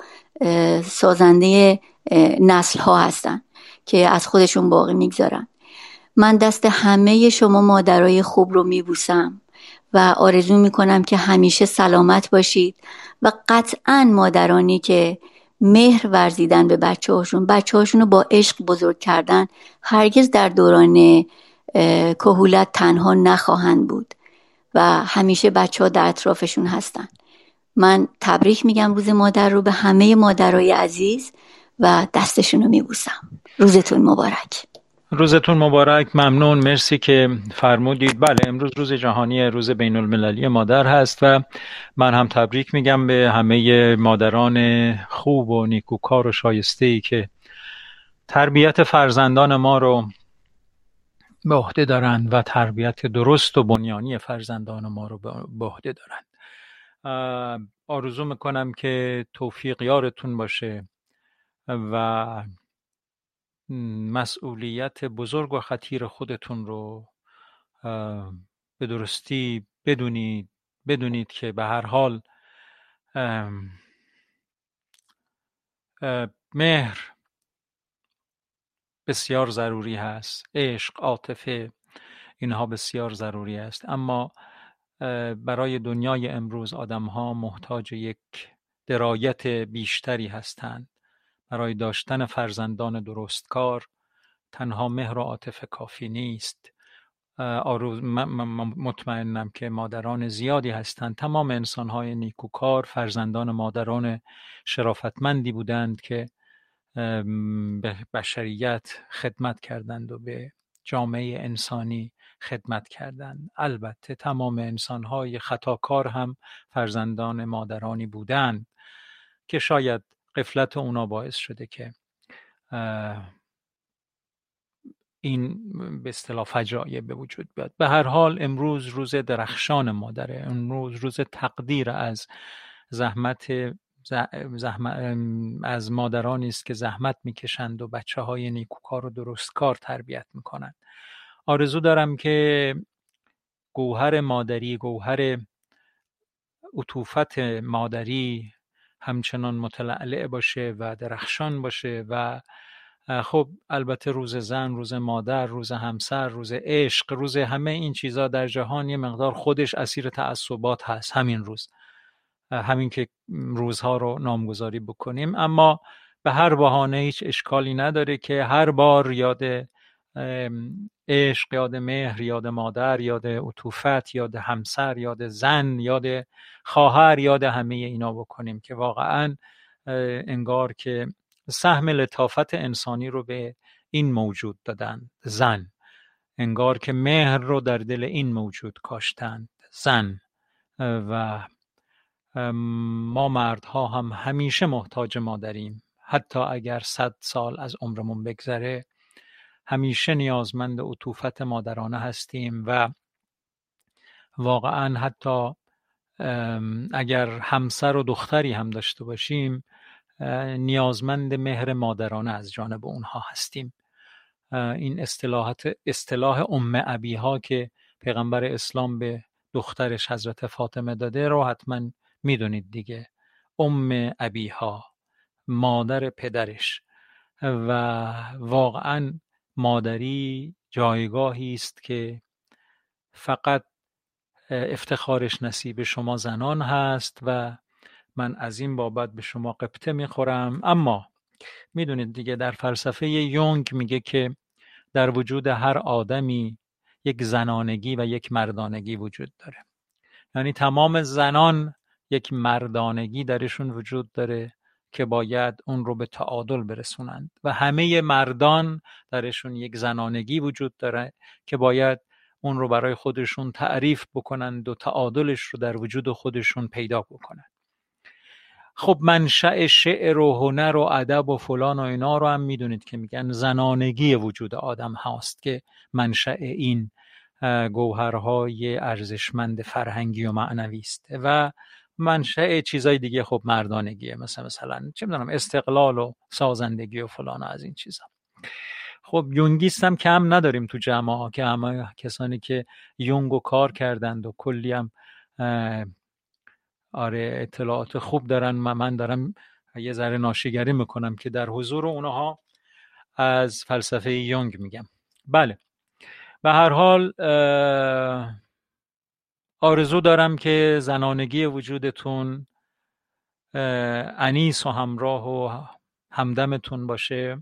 سازنده نسل‌ها هستن که از خودشون باقی میگذارن. من دست همه شما مادرای خوب رو میبوسم و آرزو میکنم که همیشه سلامت باشید و قطعاً مادرانی که مهر ورزیدن به بچه هاشون، بچه هاشون رو با عشق بزرگ کردن، هرگز در دوران کهولت تنها نخواهند بود و همیشه بچه ها در اطرافشون هستن. من تبریک میگم روز مادر رو به همه مادرای عزیز و دستشون رو میبوسم. روزتون مبارک. روزتون مبارک. ممنون، مرسی که فرمودید. بله امروز روز جهانی، روز بین المللی مادر هست و من هم تبریک میگم به همه مادران خوب و نیکوکار و شایسته‌ای که تربیت فرزندان ما رو به عهده دارند و تربیت درست و بنیانی فرزندان ما رو به عهده دارند. آرزو میکنم که توفیق یارتون باشه و مسئولیت بزرگ و خطیر خودتون رو به درستی بدونید بدونید که به هر حال مهر بسیار ضروری هست، عشق، عاطفه، اینها بسیار ضروری است، اما برای دنیای امروز آدم ها محتاج یک درایت بیشتری هستند. برای داشتن فرزندان درستکار تنها مهر و عاطفه کافی نیست. آروز مطمئنم که مادران زیادی هستند، تمام انسان‌های نیکوکار فرزندان مادران شرافتمندی بودند که به بشریت خدمت کردند و به جامعه انسانی خدمت کردند. البته تمام انسان‌های خطاکار هم فرزندان مادرانی بودند که شاید غفلت اونا باعث شده که این به اصطلاح فجایع به وجود بیاد. به هر حال امروز روز درخشان مادره، امروز روز تقدیر از زحمت زحمت از مادرانی است که زحمت میکشند و بچه های نیکوکار و درستکار تربیت میکنند. آرزو دارم که گوهر مادری، گوهر عطوفت مادری همچنان متلألع باشه و درخشان باشه و خب البته روز زن، روز مادر، روز همسر، روز عشق، روز همه این چیزا در جهان یه مقدار خودش اسیر تعصبات هست. همین روز، همین که روزها رو نامگذاری بکنیم، اما به هر بهانه هیچ اشکالی نداره که هر بار یاد عشق، یاد مهر، یاد مادر، یاد عطوفت، یاد همسر، یاد زن، یاد خواهر، یاد همه اینا بکنیم که واقعا انگار که سهم لطافت انسانی رو به این موجود دادن، زن. انگار که مهر رو در دل این موجود کاشتند، زن. و ما مردها هم همیشه محتاج مادریم، حتی اگر صد سال از عمرمون بگذره همیشه نیازمند عطوفت مادرانه هستیم و واقعا حتی اگر همسر و دختری هم داشته باشیم نیازمند مهر مادرانه از جانب اونها هستیم. این اصطلاحات اصطلاح ام ابیها که پیغمبر اسلام به دخترش حضرت فاطمه داده رو حتما میدونید دیگه. ام ابیها، مادر پدرش. و واقعا مادری جایگاهی است که فقط افتخارش نصیب شما زنان هست و من از این بابت به شما قبطه میخورم. اما میدونید دیگه در فلسفه یونگ میگه که در وجود هر آدمی یک زنانگی و یک مردانگی وجود داره، یعنی تمام زنان یک مردانگی درشون وجود داره که باید اون رو به تعادل برسونند و همه مردان درشون یک زنانگی وجود داره که باید اون رو برای خودشون تعریف بکنند و تعادلش رو در وجود خودشون پیدا بکنند. خب منشأ شعر و هنر و ادب و فلان و اینا رو هم میدونید که میگن زنانگی وجود آدم هاست که منشأ این گوهرهای ارزشمند فرهنگی و معنوی است و منشأ چیزای دیگه خب مردانگیه، مثلا مثلا چه میدونم استقلال و سازندگی و فلان و از این چیزا. خب یونگیست هم کم نداریم تو جماعه که همه کسانی که یونگو کار کردند و کلی هم آره اطلاعات خوب دارن. من دارم یه ذره ناشیگری میکنم که در حضور اونها از فلسفه یونگ میگم. بله، به هر حال آرزو دارم که زنانگی وجودتون انیس و همراه و همدمتون باشه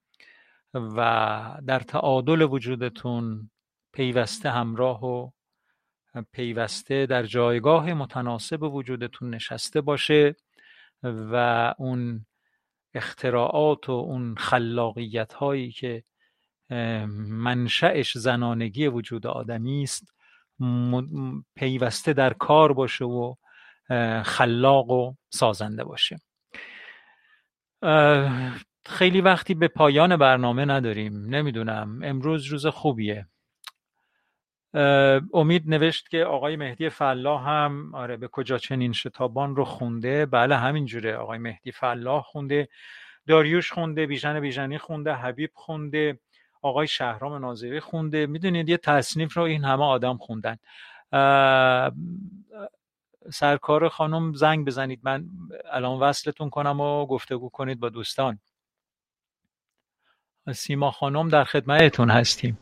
و در تعادل وجودتون پیوسته همراه و پیوسته در جایگاه متناسب وجودتون نشسته باشه و اون اختراعات و اون خلاقیت هایی که منشأش زنانگی وجود آدمی است پیوسته در کار باشه و خلاق و سازنده باشه. خیلی وقتی به پایان برنامه نداریم، نمیدونم امروز روز خوبیه. امید نوشت که آقای مهدی فلاح هم آره به کجا چنین شتابان رو خونده. بله همینجوره، آقای مهدی فلاح خونده، داریوش خونده، بیژن بیژنی خونده، حبیب خونده، آقای شهرام ناظری خونده. میدونید یه تصنیف رو این همه آدم خوندن. سرکار خانم زنگ بزنید، من الان وصلتون کنم و گفتگو کنید با دوستان. سیما خانم در خدمتتون هستیم.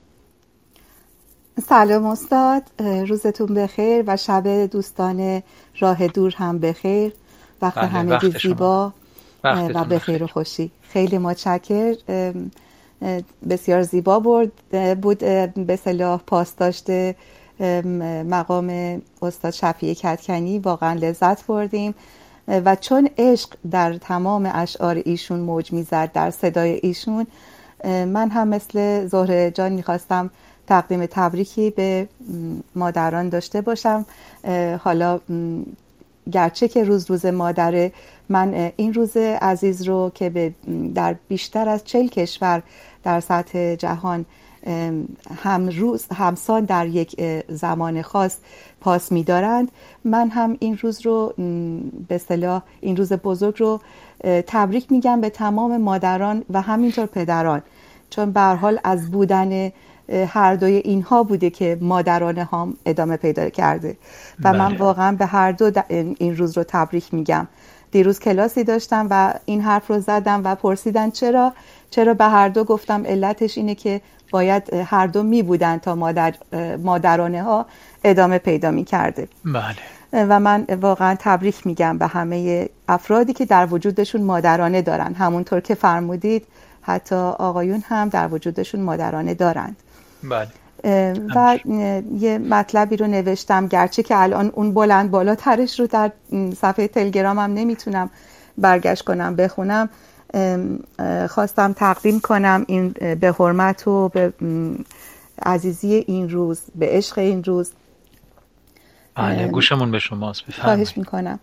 سلام استاد، روزتون بخیر و شب دوستان راه دور هم بخیر. وقت بله، همگی زیبا و بخیر و خوشی. خیلی متشکر. بسیار زیبا بود بود به اصطلاح پاس داشته مقام استاد شفیع کدکنی. واقعا لذت بردیم و چون عشق در تمام اشعار ایشون موج میزد در صدای ایشون، من هم مثل زهره جان میخواستم تقدیم تبریکی به مادران داشته باشم. حالا گرچه که روز روز مادره، من این روز عزیز رو که به در بیشتر از چهل کشور در سطح جهان هم روز همسان در یک زمان خاص پاس می‌دارند، من هم این روز رو به اصطلاح این روز بزرگ رو تبریک میگم به تمام مادران و همینطور پدران، چون به هر حال از بودن هر دوی اینها بوده که مادران هم ادامه پیدا کرده و بله. من واقعا به هر دو این روز رو تبریک میگم. دیروز کلاسی داشتم و این حرف رو زدم و پرسیدن چرا چرا به هر دو گفتم علتش اینه که باید هر دو می بودن تا مادر مادرانه ها ادامه پیدا می کرده. بله. و من واقعا تبریک میگم به همه افرادی که در وجودشون مادرانه دارن، همونطور که فرمودید حتی آقایون هم در وجودشون مادرانه دارند. بله. و یه مطلبی رو نوشتم، گرچه که الان اون بلند بالاترش رو در صفحه تلگرامم نمیتونم برگشت کنم بخونم، خواستم تقدیم کنم این به حرمت و به عزیزی این روز، به عشق این روز. بله، گوشمون به شماست، بفرمایید. خواهش میکنم.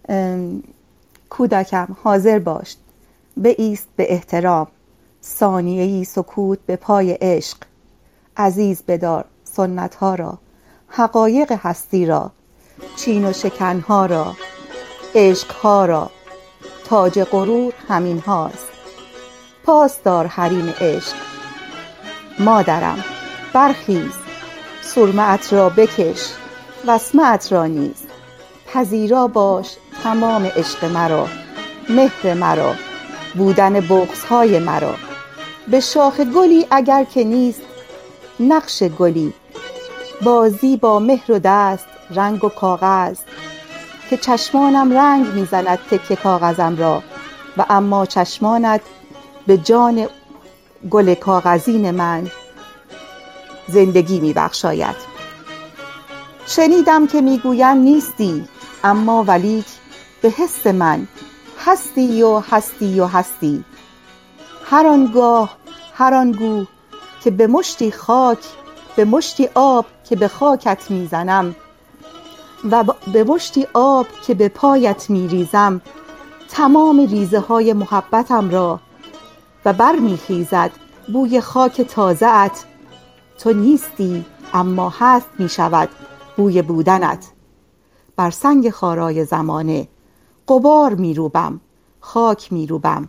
کودکم حاضر باش، بایست به احترام، ثانیه‌ای سکوت به پای عشق. عزیز بدار سنت ها را، حقایق هستی را، چین و شکن ها را، عشق ها را. تاج غرور همین هاست، پاس دار حریم عشق. مادرم برخیز، سرمه‌ات را بکش، وسمه‌ات را نیز. پذیرا باش تمام عشق مرا، مهر مرا، بودن بغض‌های مرا. به شاخ گلی اگر که نیست نقش گلی، بازی با مهر و دست، رنگ و کاغذ. که چشمانم رنگ میزند تکه کاغذم را، و اما چشمانت به جان گل کاغذین من زندگی میبخشاید. شنیدم که میگویند نیستی، اما ولیک به حس من هستی و هستی و هستی. هر آنگاه هر آنگو که به مشتی خاک، به مشتی آب که به خاکت میزنم و به مشتی آب که به پایت میریزم، تمام ریزه های محبتم را و بر میخیزد بوی خاک تازه ات. تو نیستی اما هست میشود بوی بودنت. بر سنگ خارای زمانه غبار میروبم، خاک میروبم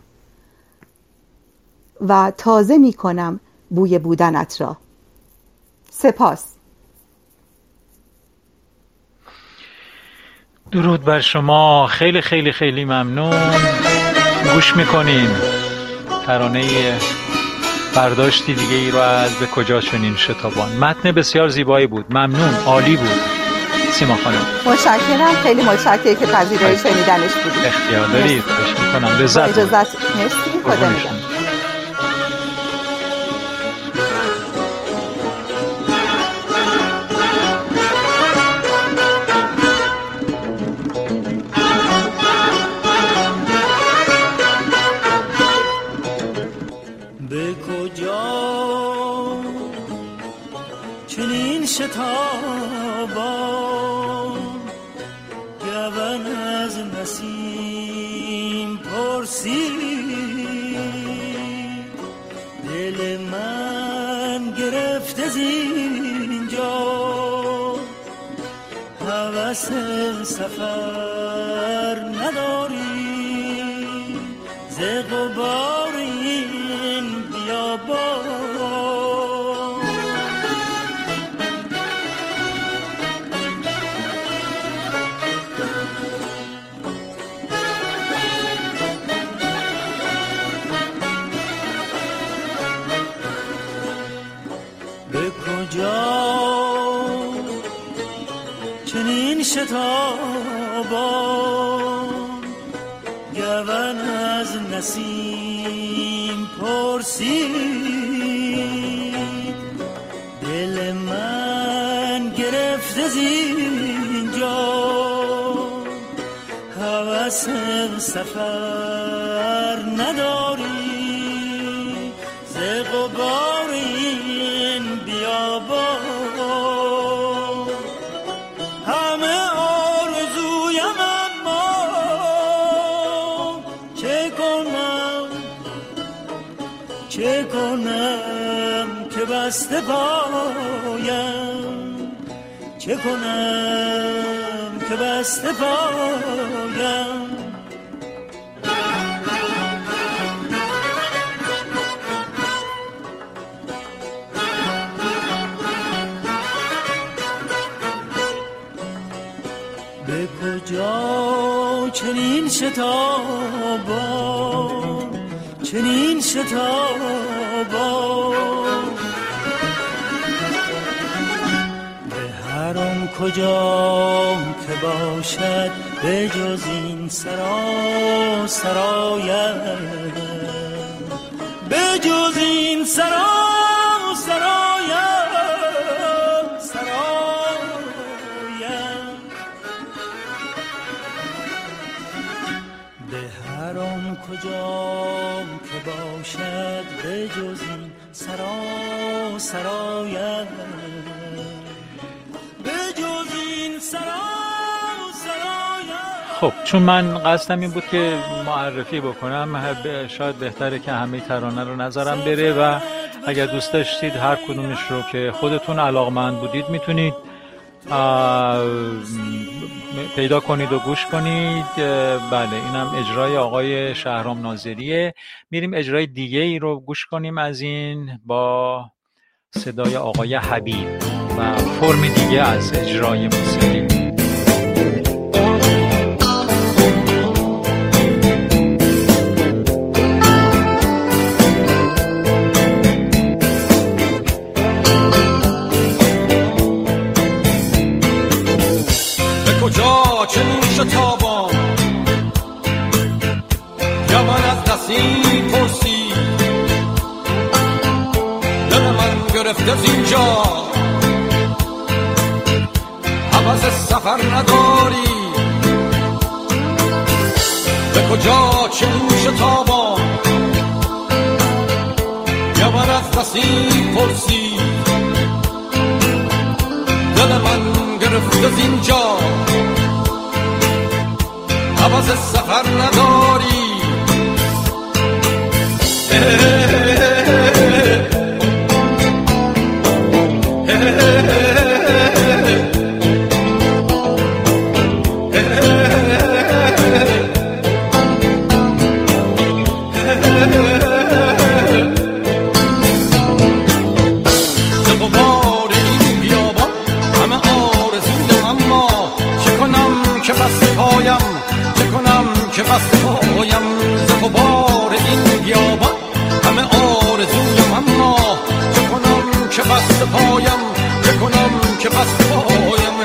و تازه میکنم بوی بودنت را. سپاس. درود بر شما، خیلی خیلی خیلی ممنون. گوش میکنیم ترانه برداشتی دیگه ای رو از به کجا چنین شتابان. متن بسیار زیبایی بود، ممنون، عالی بود سیما خانم. متشکرم، خیلی متشکرم که پذیرای شنیدنش بودید. اختیار دارید، خواهش میکنم. لذت اجازت مرسی، خدا نگهدار. شتابان گون از نسیم پرسید، دل من گرفته زینجا هوس سفر نداری ز غبار این بیابان چنین شتابان گون از نسیم پرسید دل من گرفته زینجا هوس سفر نداری ز غبار این بیابان چه کنم که بسته پایم چه کنم که بسته پایم به کجا چنین شتابان چنین شتابان به هر آن کجا که باشد به جز این سرا سرایم به جز این سرا سرایم سرایم به هر آن کجا که باشد به جز این سرا سرایم به جز این سرا سرایم. خب چون من قصدم این بود که معرفی بکنم شاید بهتره که همه ترانه رو نذارم بره و اگر دوست داشتید هر کدومش رو که خودتون علاقمند بودید میتونید پیدا کنید و گوش کنید. بله اینم اجرای آقای شهرام ناظریه. میریم اجرای دیگه ای رو گوش کنیم از این با صدای آقای حبیب و فرم دیگه از اجرای موسیقی. چنین شتابان یا من از نسیم پرسی دل من گرفته از اینجا هوس سفر نداری به کجا چنین شتابان یا من از نسیم پرسی دل من گرفته از اینجا هوس سفر نداری که بست پایم ز غبار این بیابان همه آرزویم اما چه کنم که بست پایم چه کنم که بست پایم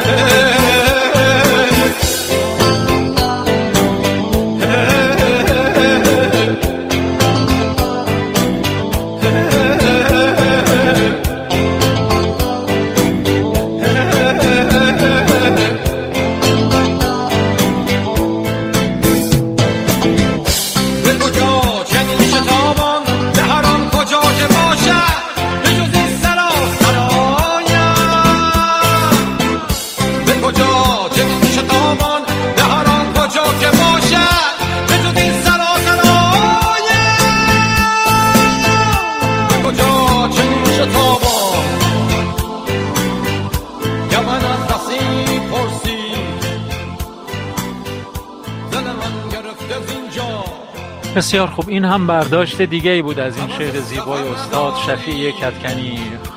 بود از اینجا. بسیار خوب، این هم برداشت دیگه ای بود از این شعر زیبای استاد شفیع کدکنی.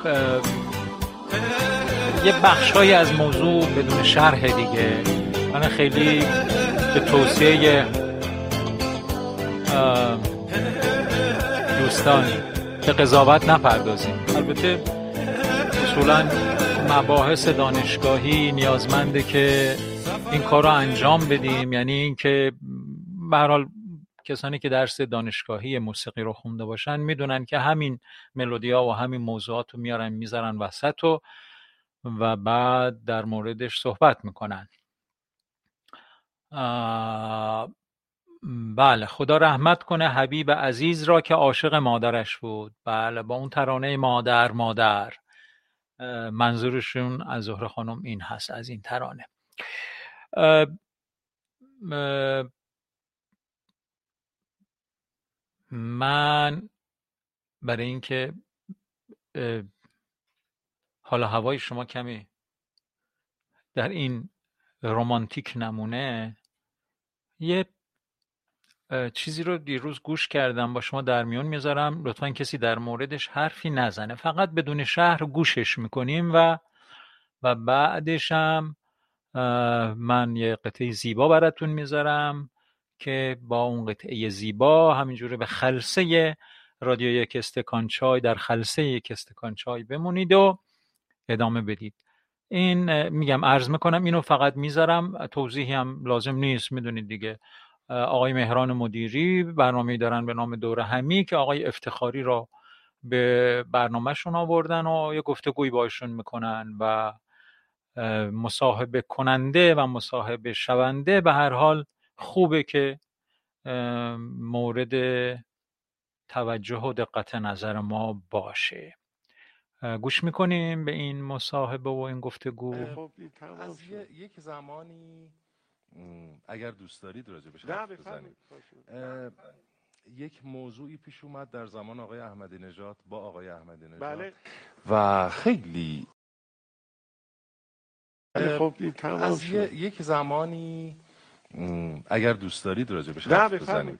یه بخشایی از موضوع بدون شرح دیگه، من خیلی به توصیه دوستان به قضاوت نپردازیم. البته اصولا مباحث دانشگاهی نیازمنده که این کار رو انجام بدیم، یعنی این که به هر حال کسانی که درس دانشگاهی موسیقی رو خونده باشن میدونن که همین ملودیا و همین موضوعات رو میارن میذارن وسط و و بعد در موردش صحبت میکنن. بله، خدا رحمت کنه حبیب عزیز را که عاشق مادرش بود. بله، با اون ترانه مادر مادر منظورشون از زهره خانم این هست، از این ترانه. اه اه من برای اینکه حالا هوای شما کمی در این رمانتیک نمونه، یه چیزی رو دیروز گوش کردم با شما در میون میذارم، لطفاً کسی در موردش حرفی نزنه، فقط بدون شهر گوشش میکنیم و و بعدش هم من یه قطعه زیبا براتون میذارم که با اون قطعه زیبا همینجوری به خلسه رادیو یک استکان چای در خلسه یک استکان چای بمونید و ادامه بدید. این میگم عرض میکنم، اینو فقط میذارم، توضیحی هم لازم نیست، میدونید دیگه. آقای مهران مدیری برنامه‌ای دارن به نام دوره همی که آقای افتخاری را به برنامهشون آوردن و یه گفتگوی باشون میکنن و مصاحبه کننده و مصاحبه شونده به هر حال خوبه که مورد توجه و دقت نظر ما باشه. گوش میکنیم به این مصاحبه و این گفتگو. خب از یک زمانی اگر دوست دارید راجع بهش حرف بزنید، یک موضوعی پیش اومد در زمان آقای احمدی نژاد با آقای احمدی نژاد. بله. و خیلی خب از یک زمانی اگر دوست دارید راجع بهش حرف بزنید،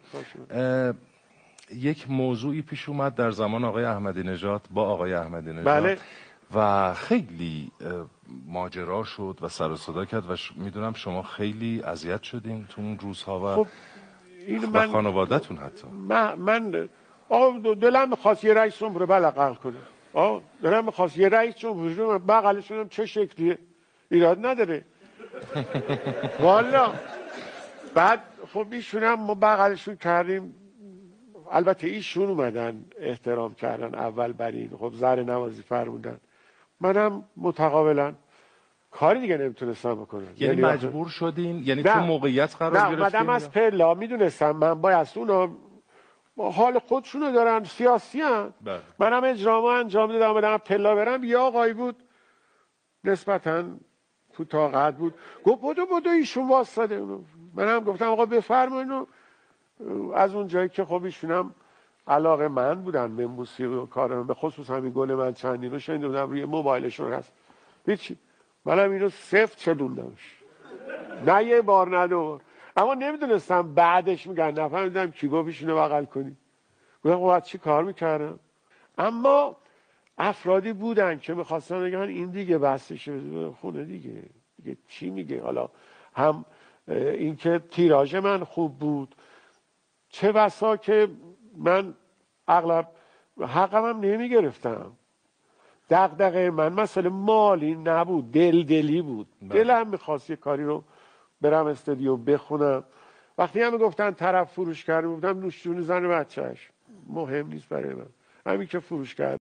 یک موضوعی پیش اومد در زمان آقای احمدی نژاد با آقای احمدی نژاد. بله. و خیلی ماجرا شد و سر و صدا کرد و ش... میدونم شما خیلی اذیت شدین تو اون روزها و, خب این و من... خانواده‌تون حتی. من, من... آه دلم می‌خواست یه رئیس جمهور بلغل کنه. آه دلم می‌خواست یه رئیس جمهور بغلشون چه شکلیه، ایراد نداره. والا بعد خب ایشونم ما بغلشون کردیم، البته ایشون اومدن احترام کردن اول بر این، خب زهر نوازی فرمودن، منم متقابلا کاری دیگه نمیتونستم بکنم. یعنی مجبور شدین؟ یعنی تو موقعیت قرار گرفتین؟ نه، اومدم از پلا، میدونستم من باید اونا حال خودشونو دارن، سیاسی هن. منم اجرامو انجام دادم، بدم پلا برم. یه آقایی بود نسبتاً تو طاقت بود، گفت بدو بدو ایشون واسطه. منم گفتم آقا بفرمایید. از اون جایی که خب ایشونم علاقه من بودن به موسیقی و کارم، به خصوص همین گل من چندین رو شنیده بودم روی موبایلشون هست، هیچی، منم اینو سفت چلوندمش، نه یه بار نه دو بار. اما نمیدونستم بعدش میگن، نفهمیدم کی گفت ایشونو بغل کنی. گفتم خب چی کار میکردم. اما افرادی بودن که میخواستن بگن این دیگه بسشه خونه دیگه، دیگه چی میگه. حالا هم اینکه تیراژ من خوب بود، چه بسا که من اغلب حقم هم نمی گرفتم. دغدغه من مسئله مالی نبود، دل دلی بود. دلم میخواست یه کاری رو برم استودیو بخونم. وقتی هم گفتن طرف فروش کرده، گفتم نوش جون زن بچهش، مهم نیست برای من، همین که فروش کرد.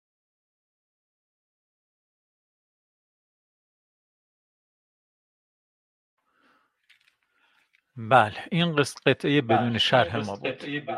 بله، این قطعه بدون شرح ما بود،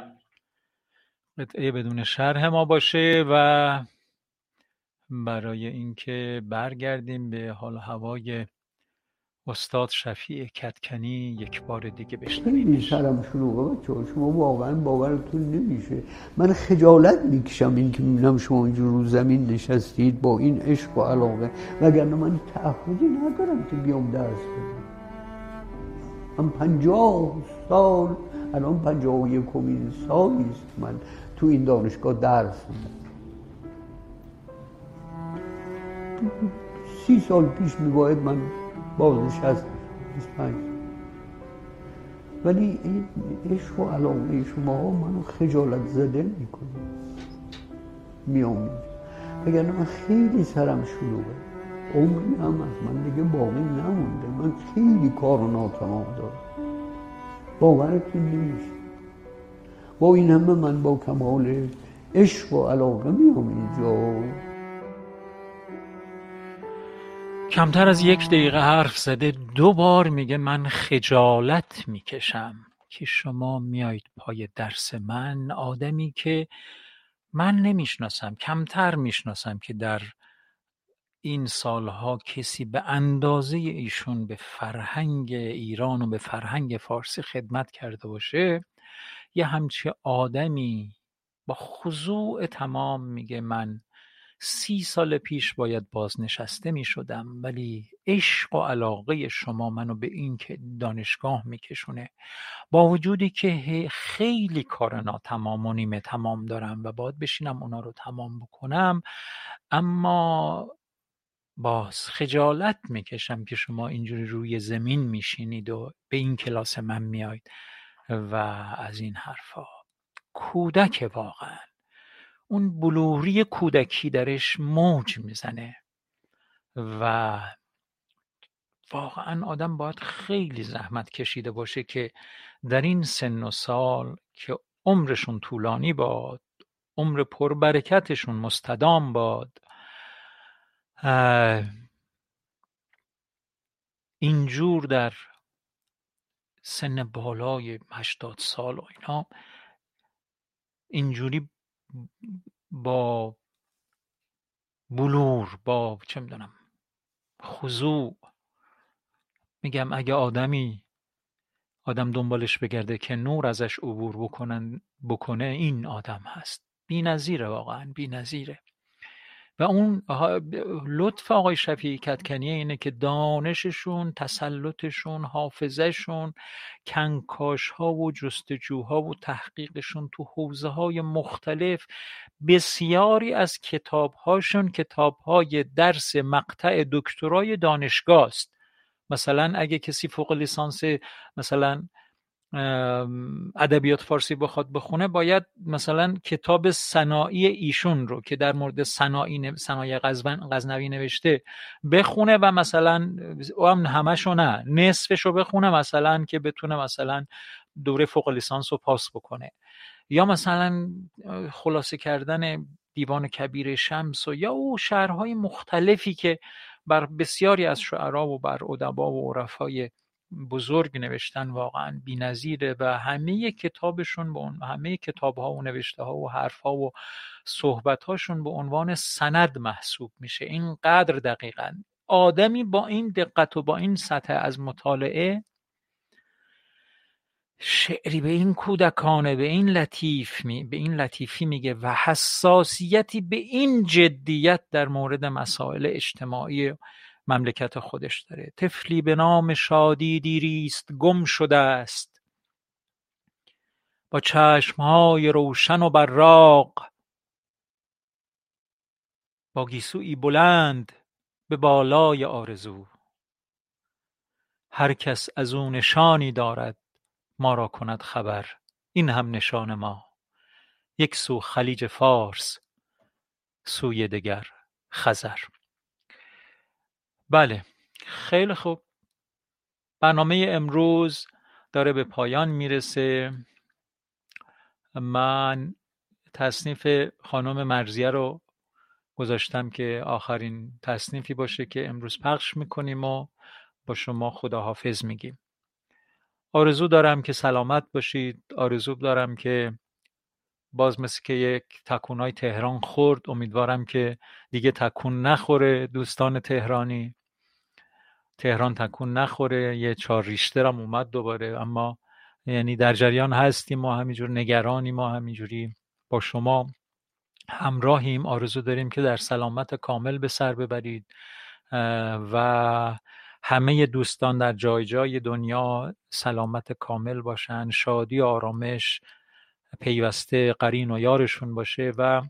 قطعه بدون شرح ما باشه و برای اینکه برگردیم به حال هوای استاد شفیع کدکنی یک بار دیگه بشنویم. این سرم شلوغه بچه، شما واقعا باورتون نمیشه، من خجالت میکشم این که میبینم شما اینجور رو زمین نشستید با این عشق و علاقه، وگرنه من تعهدی ندارم که بیام درس بدم. من پنجاه سال الان پنجاه و یکمین سالی است من تو این دانشگاه درس میدم. سی سال پیش میباید من بازنشست بیست و پنج، ولی این عشق و علاقه شما منو خجالت زده میکنه. میام وگرنه من خیلی سرم شلوغه، عمری هم از من دیگه باقی نمونده، من خیلی کار و ناتمام دارم، باورتون نمیشه. با این همه من با کمال عشق و علاقه میام اینجا. کمتر از یک دقیقه حرف زده دو بار میگه من خجالت میکشم که شما میایید پای درس من، آدمی که من نمیشناسم، کمتر میشناسم که در این سالها کسی به اندازه ایشون به فرهنگ ایران و به فرهنگ فارسی خدمت کرده باشه. یه همچه آدمی با خضوع تمام میگه من سی سال پیش باید بازنشسته می شدم، ولی عشق و علاقه شما منو به این که دانشگاه می کشونه، با وجودی که خیلی کار ناتمام و نیمه تمام دارم و باید بشینم اونا رو تمام بکنم، اما باز خجالت می کشم که شما اینجوری روی زمین می شینید و به این کلاس من می آید و از این حرفا. کودک واقعا اون بلوری کودکی درش موج میزنه و واقعا آدم باید خیلی زحمت کشیده باشه که در این سن و سال که عمرشون طولانی باد، عمر پربرکتشون مستدام باد، اینجور در سن بالای هشتاد سال و اینا اینجوری با بلور، با چه میدونم خضوع، میگم اگه آدمی آدم دنبالش بگرده که نور ازش عبور بکنن بکنه این آدم هست. بی‌نظیره، واقعا بی‌نظیره. و اون لطف آقای شفیعی کدکنی اینه که دانششون، تسلطشون، حافظهشون، کنکاش ها و جستجوها و تحقیقشون تو حوزه های مختلف، بسیاری از کتاب هاشون کتاب های درس مقطع دکترای دانشگاه است. مثلا اگه کسی فوق لیسانس مثلا ادبیات فارسی بخواد بخونه، باید مثلا کتاب صناعی ایشون رو که در مورد صناعی صنایع غزنوی نوشته بخونه و مثلا هم همشو نه، نصفشو بخونه مثلا که بتونه مثلا دوره فوق لیسانس رو پاس بکنه، یا مثلا خلاصه کردن دیوان کبیر شمس و یا او شعرهای مختلفی که بر بسیاری از شعرا و بر ادبا و عرفای بزرگ نوشتن، واقعا بی‌نظیره و همه کتابشون به اون همه کتاب‌ها و نوشته‌ها و حرف‌ها و صحبت‌هاشون به عنوان سند محسوب میشه. اینقدر دقیقاً آدمی با این دقت و با این سطح از مطالعه شعری به این کودکانه، به این لطیف می به این لطیفی میگه و حساسیتی به این جدیت در مورد مسائل اجتماعی مملکت خودش داره. طفلی به نام شادی دیریست گم شده است، با چشمهای روشن و براق، با گیسویی بلند به بالای آرزو. هر کس از او نشانی دارد ما را کند خبر، این هم نشان ما. یک سو خلیج فارس، سوی دگر خزر. بله، خیلی خوب. برنامه امروز داره به پایان میرسه. من تصنیف خانم مرضیه رو گذاشتم که آخرین تصنیفی باشه که امروز پخش میکنیم و با شما خداحافظ میگیم. آرزو دارم که سلامت باشید. آرزو دارم که باز مثل که یک تکونای تهران خورد، امیدوارم که دیگه تکون نخوره. دوستان تهرانی، تهران تکون نخوره. یه چهار ریشتر هم اومد دوباره، اما یعنی در جریان هستیم، ما همینجور نگرانیم، ما همینجوری با شما همراهیم. آرزو داریم که در سلامت کامل به سر ببرید و همه دوستان در جای جای دنیا سلامت کامل باشن، شادی و آرامش پیوسته قرین و یارشون باشه و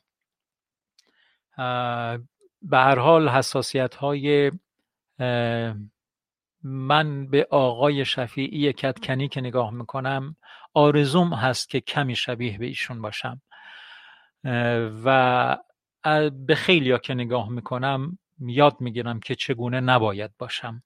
به هر حال حساسیت های من به آقای شفیعی کدکنی که نگاه میکنم آرزوم هست که کمی شبیه به ایشون باشم و به خیلیا که نگاه میکنم یاد میگیرم که چگونه نباید باشم.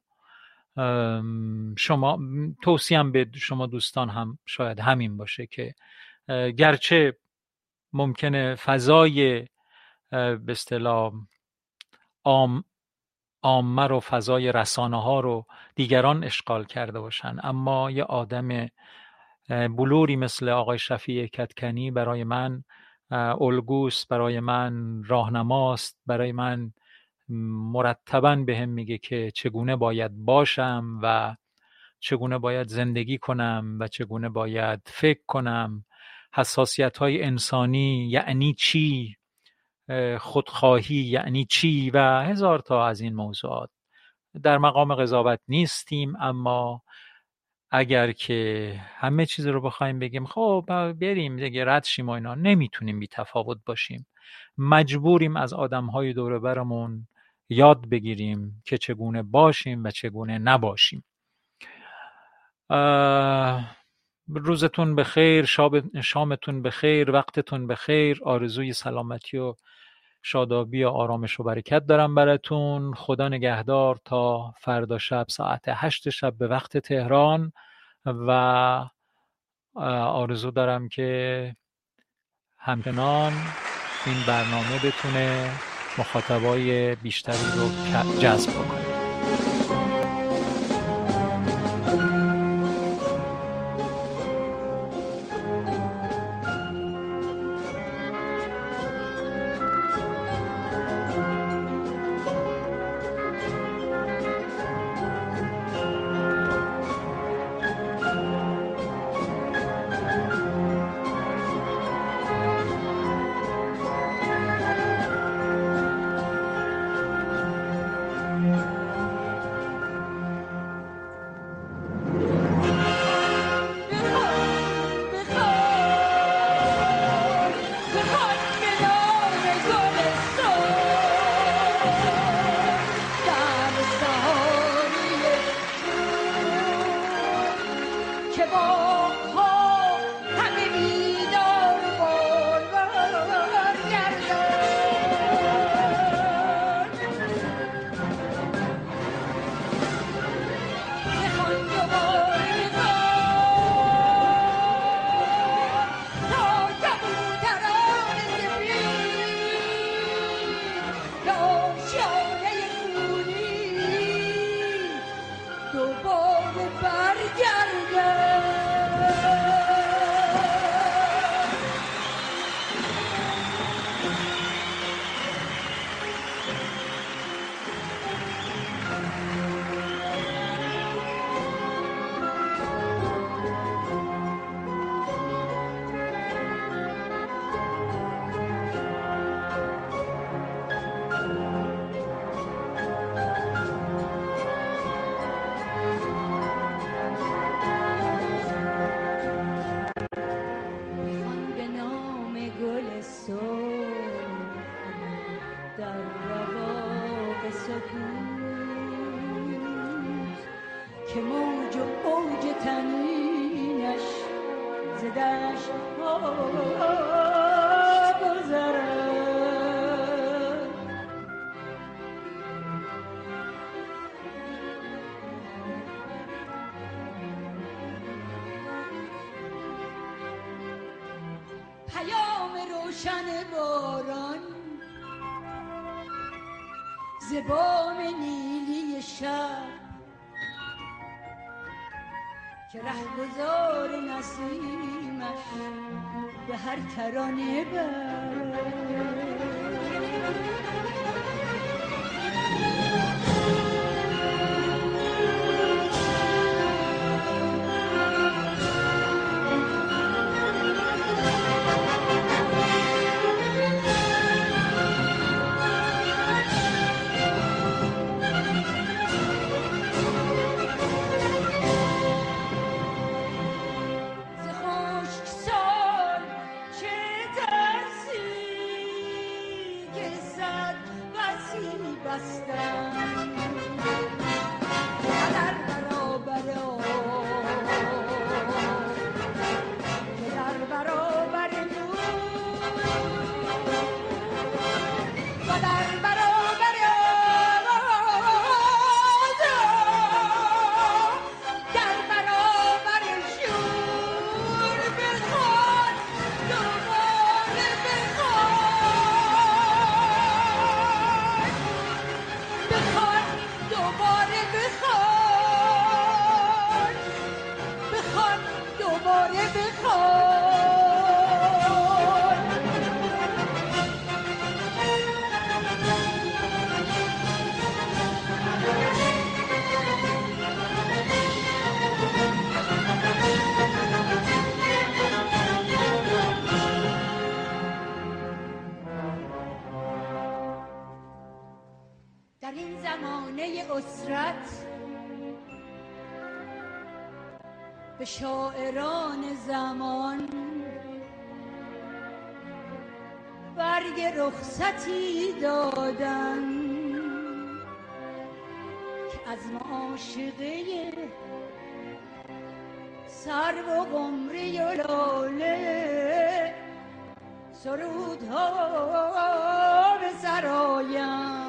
شما توصیم به شما دوستان هم شاید همین باشه که گرچه ممکنه فضای به اصطلاح عام عامه رو، فضای رسانه ها رو دیگران اشغال کرده باشن، اما یه آدم بلوری مثل آقای شفیع کدکنی برای من الگوست، برای من راهنماست، برای من مرتباً بهم میگه که چگونه باید باشم و چگونه باید زندگی کنم و چگونه باید فکر کنم. حساسیت های انسانی یعنی چی؟ خودخواهی یعنی چی؟ و هزار تا از این موضوعات. در مقام قضاوت نیستیم، اما اگر که همه چیز رو بخوایم بگیم خب بریم دیگه رد شیم و اینا، نمیتونیم بی تفاوت باشیم. مجبوریم از آدم‌های دور برمون یاد بگیریم که چگونه باشیم و چگونه نباشیم. روزتون بخیر، شاب شامتون بخیر، وقتتون بخیر. آرزوی سلامتی و شادابی و آرامش و برکت دارم براتون. خدا نگهدار تا فردا شب ساعت هشت شب به وقت تهران و آرزو دارم که همچنان این برنامه بتونه مخاطبای بیشتری رو جذب کنه. زبام نیلی شب که رهگذار نسیمش به هر ترانه بر دوباره بخوان. در این زمانه اسرت به شاعران زمان برگ رخصتی دادن که از معاشقه سرو و قمری و لاله سرودها به سرایم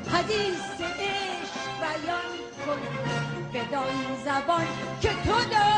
حدیث عشق بیان کن بدان زبان که تو داری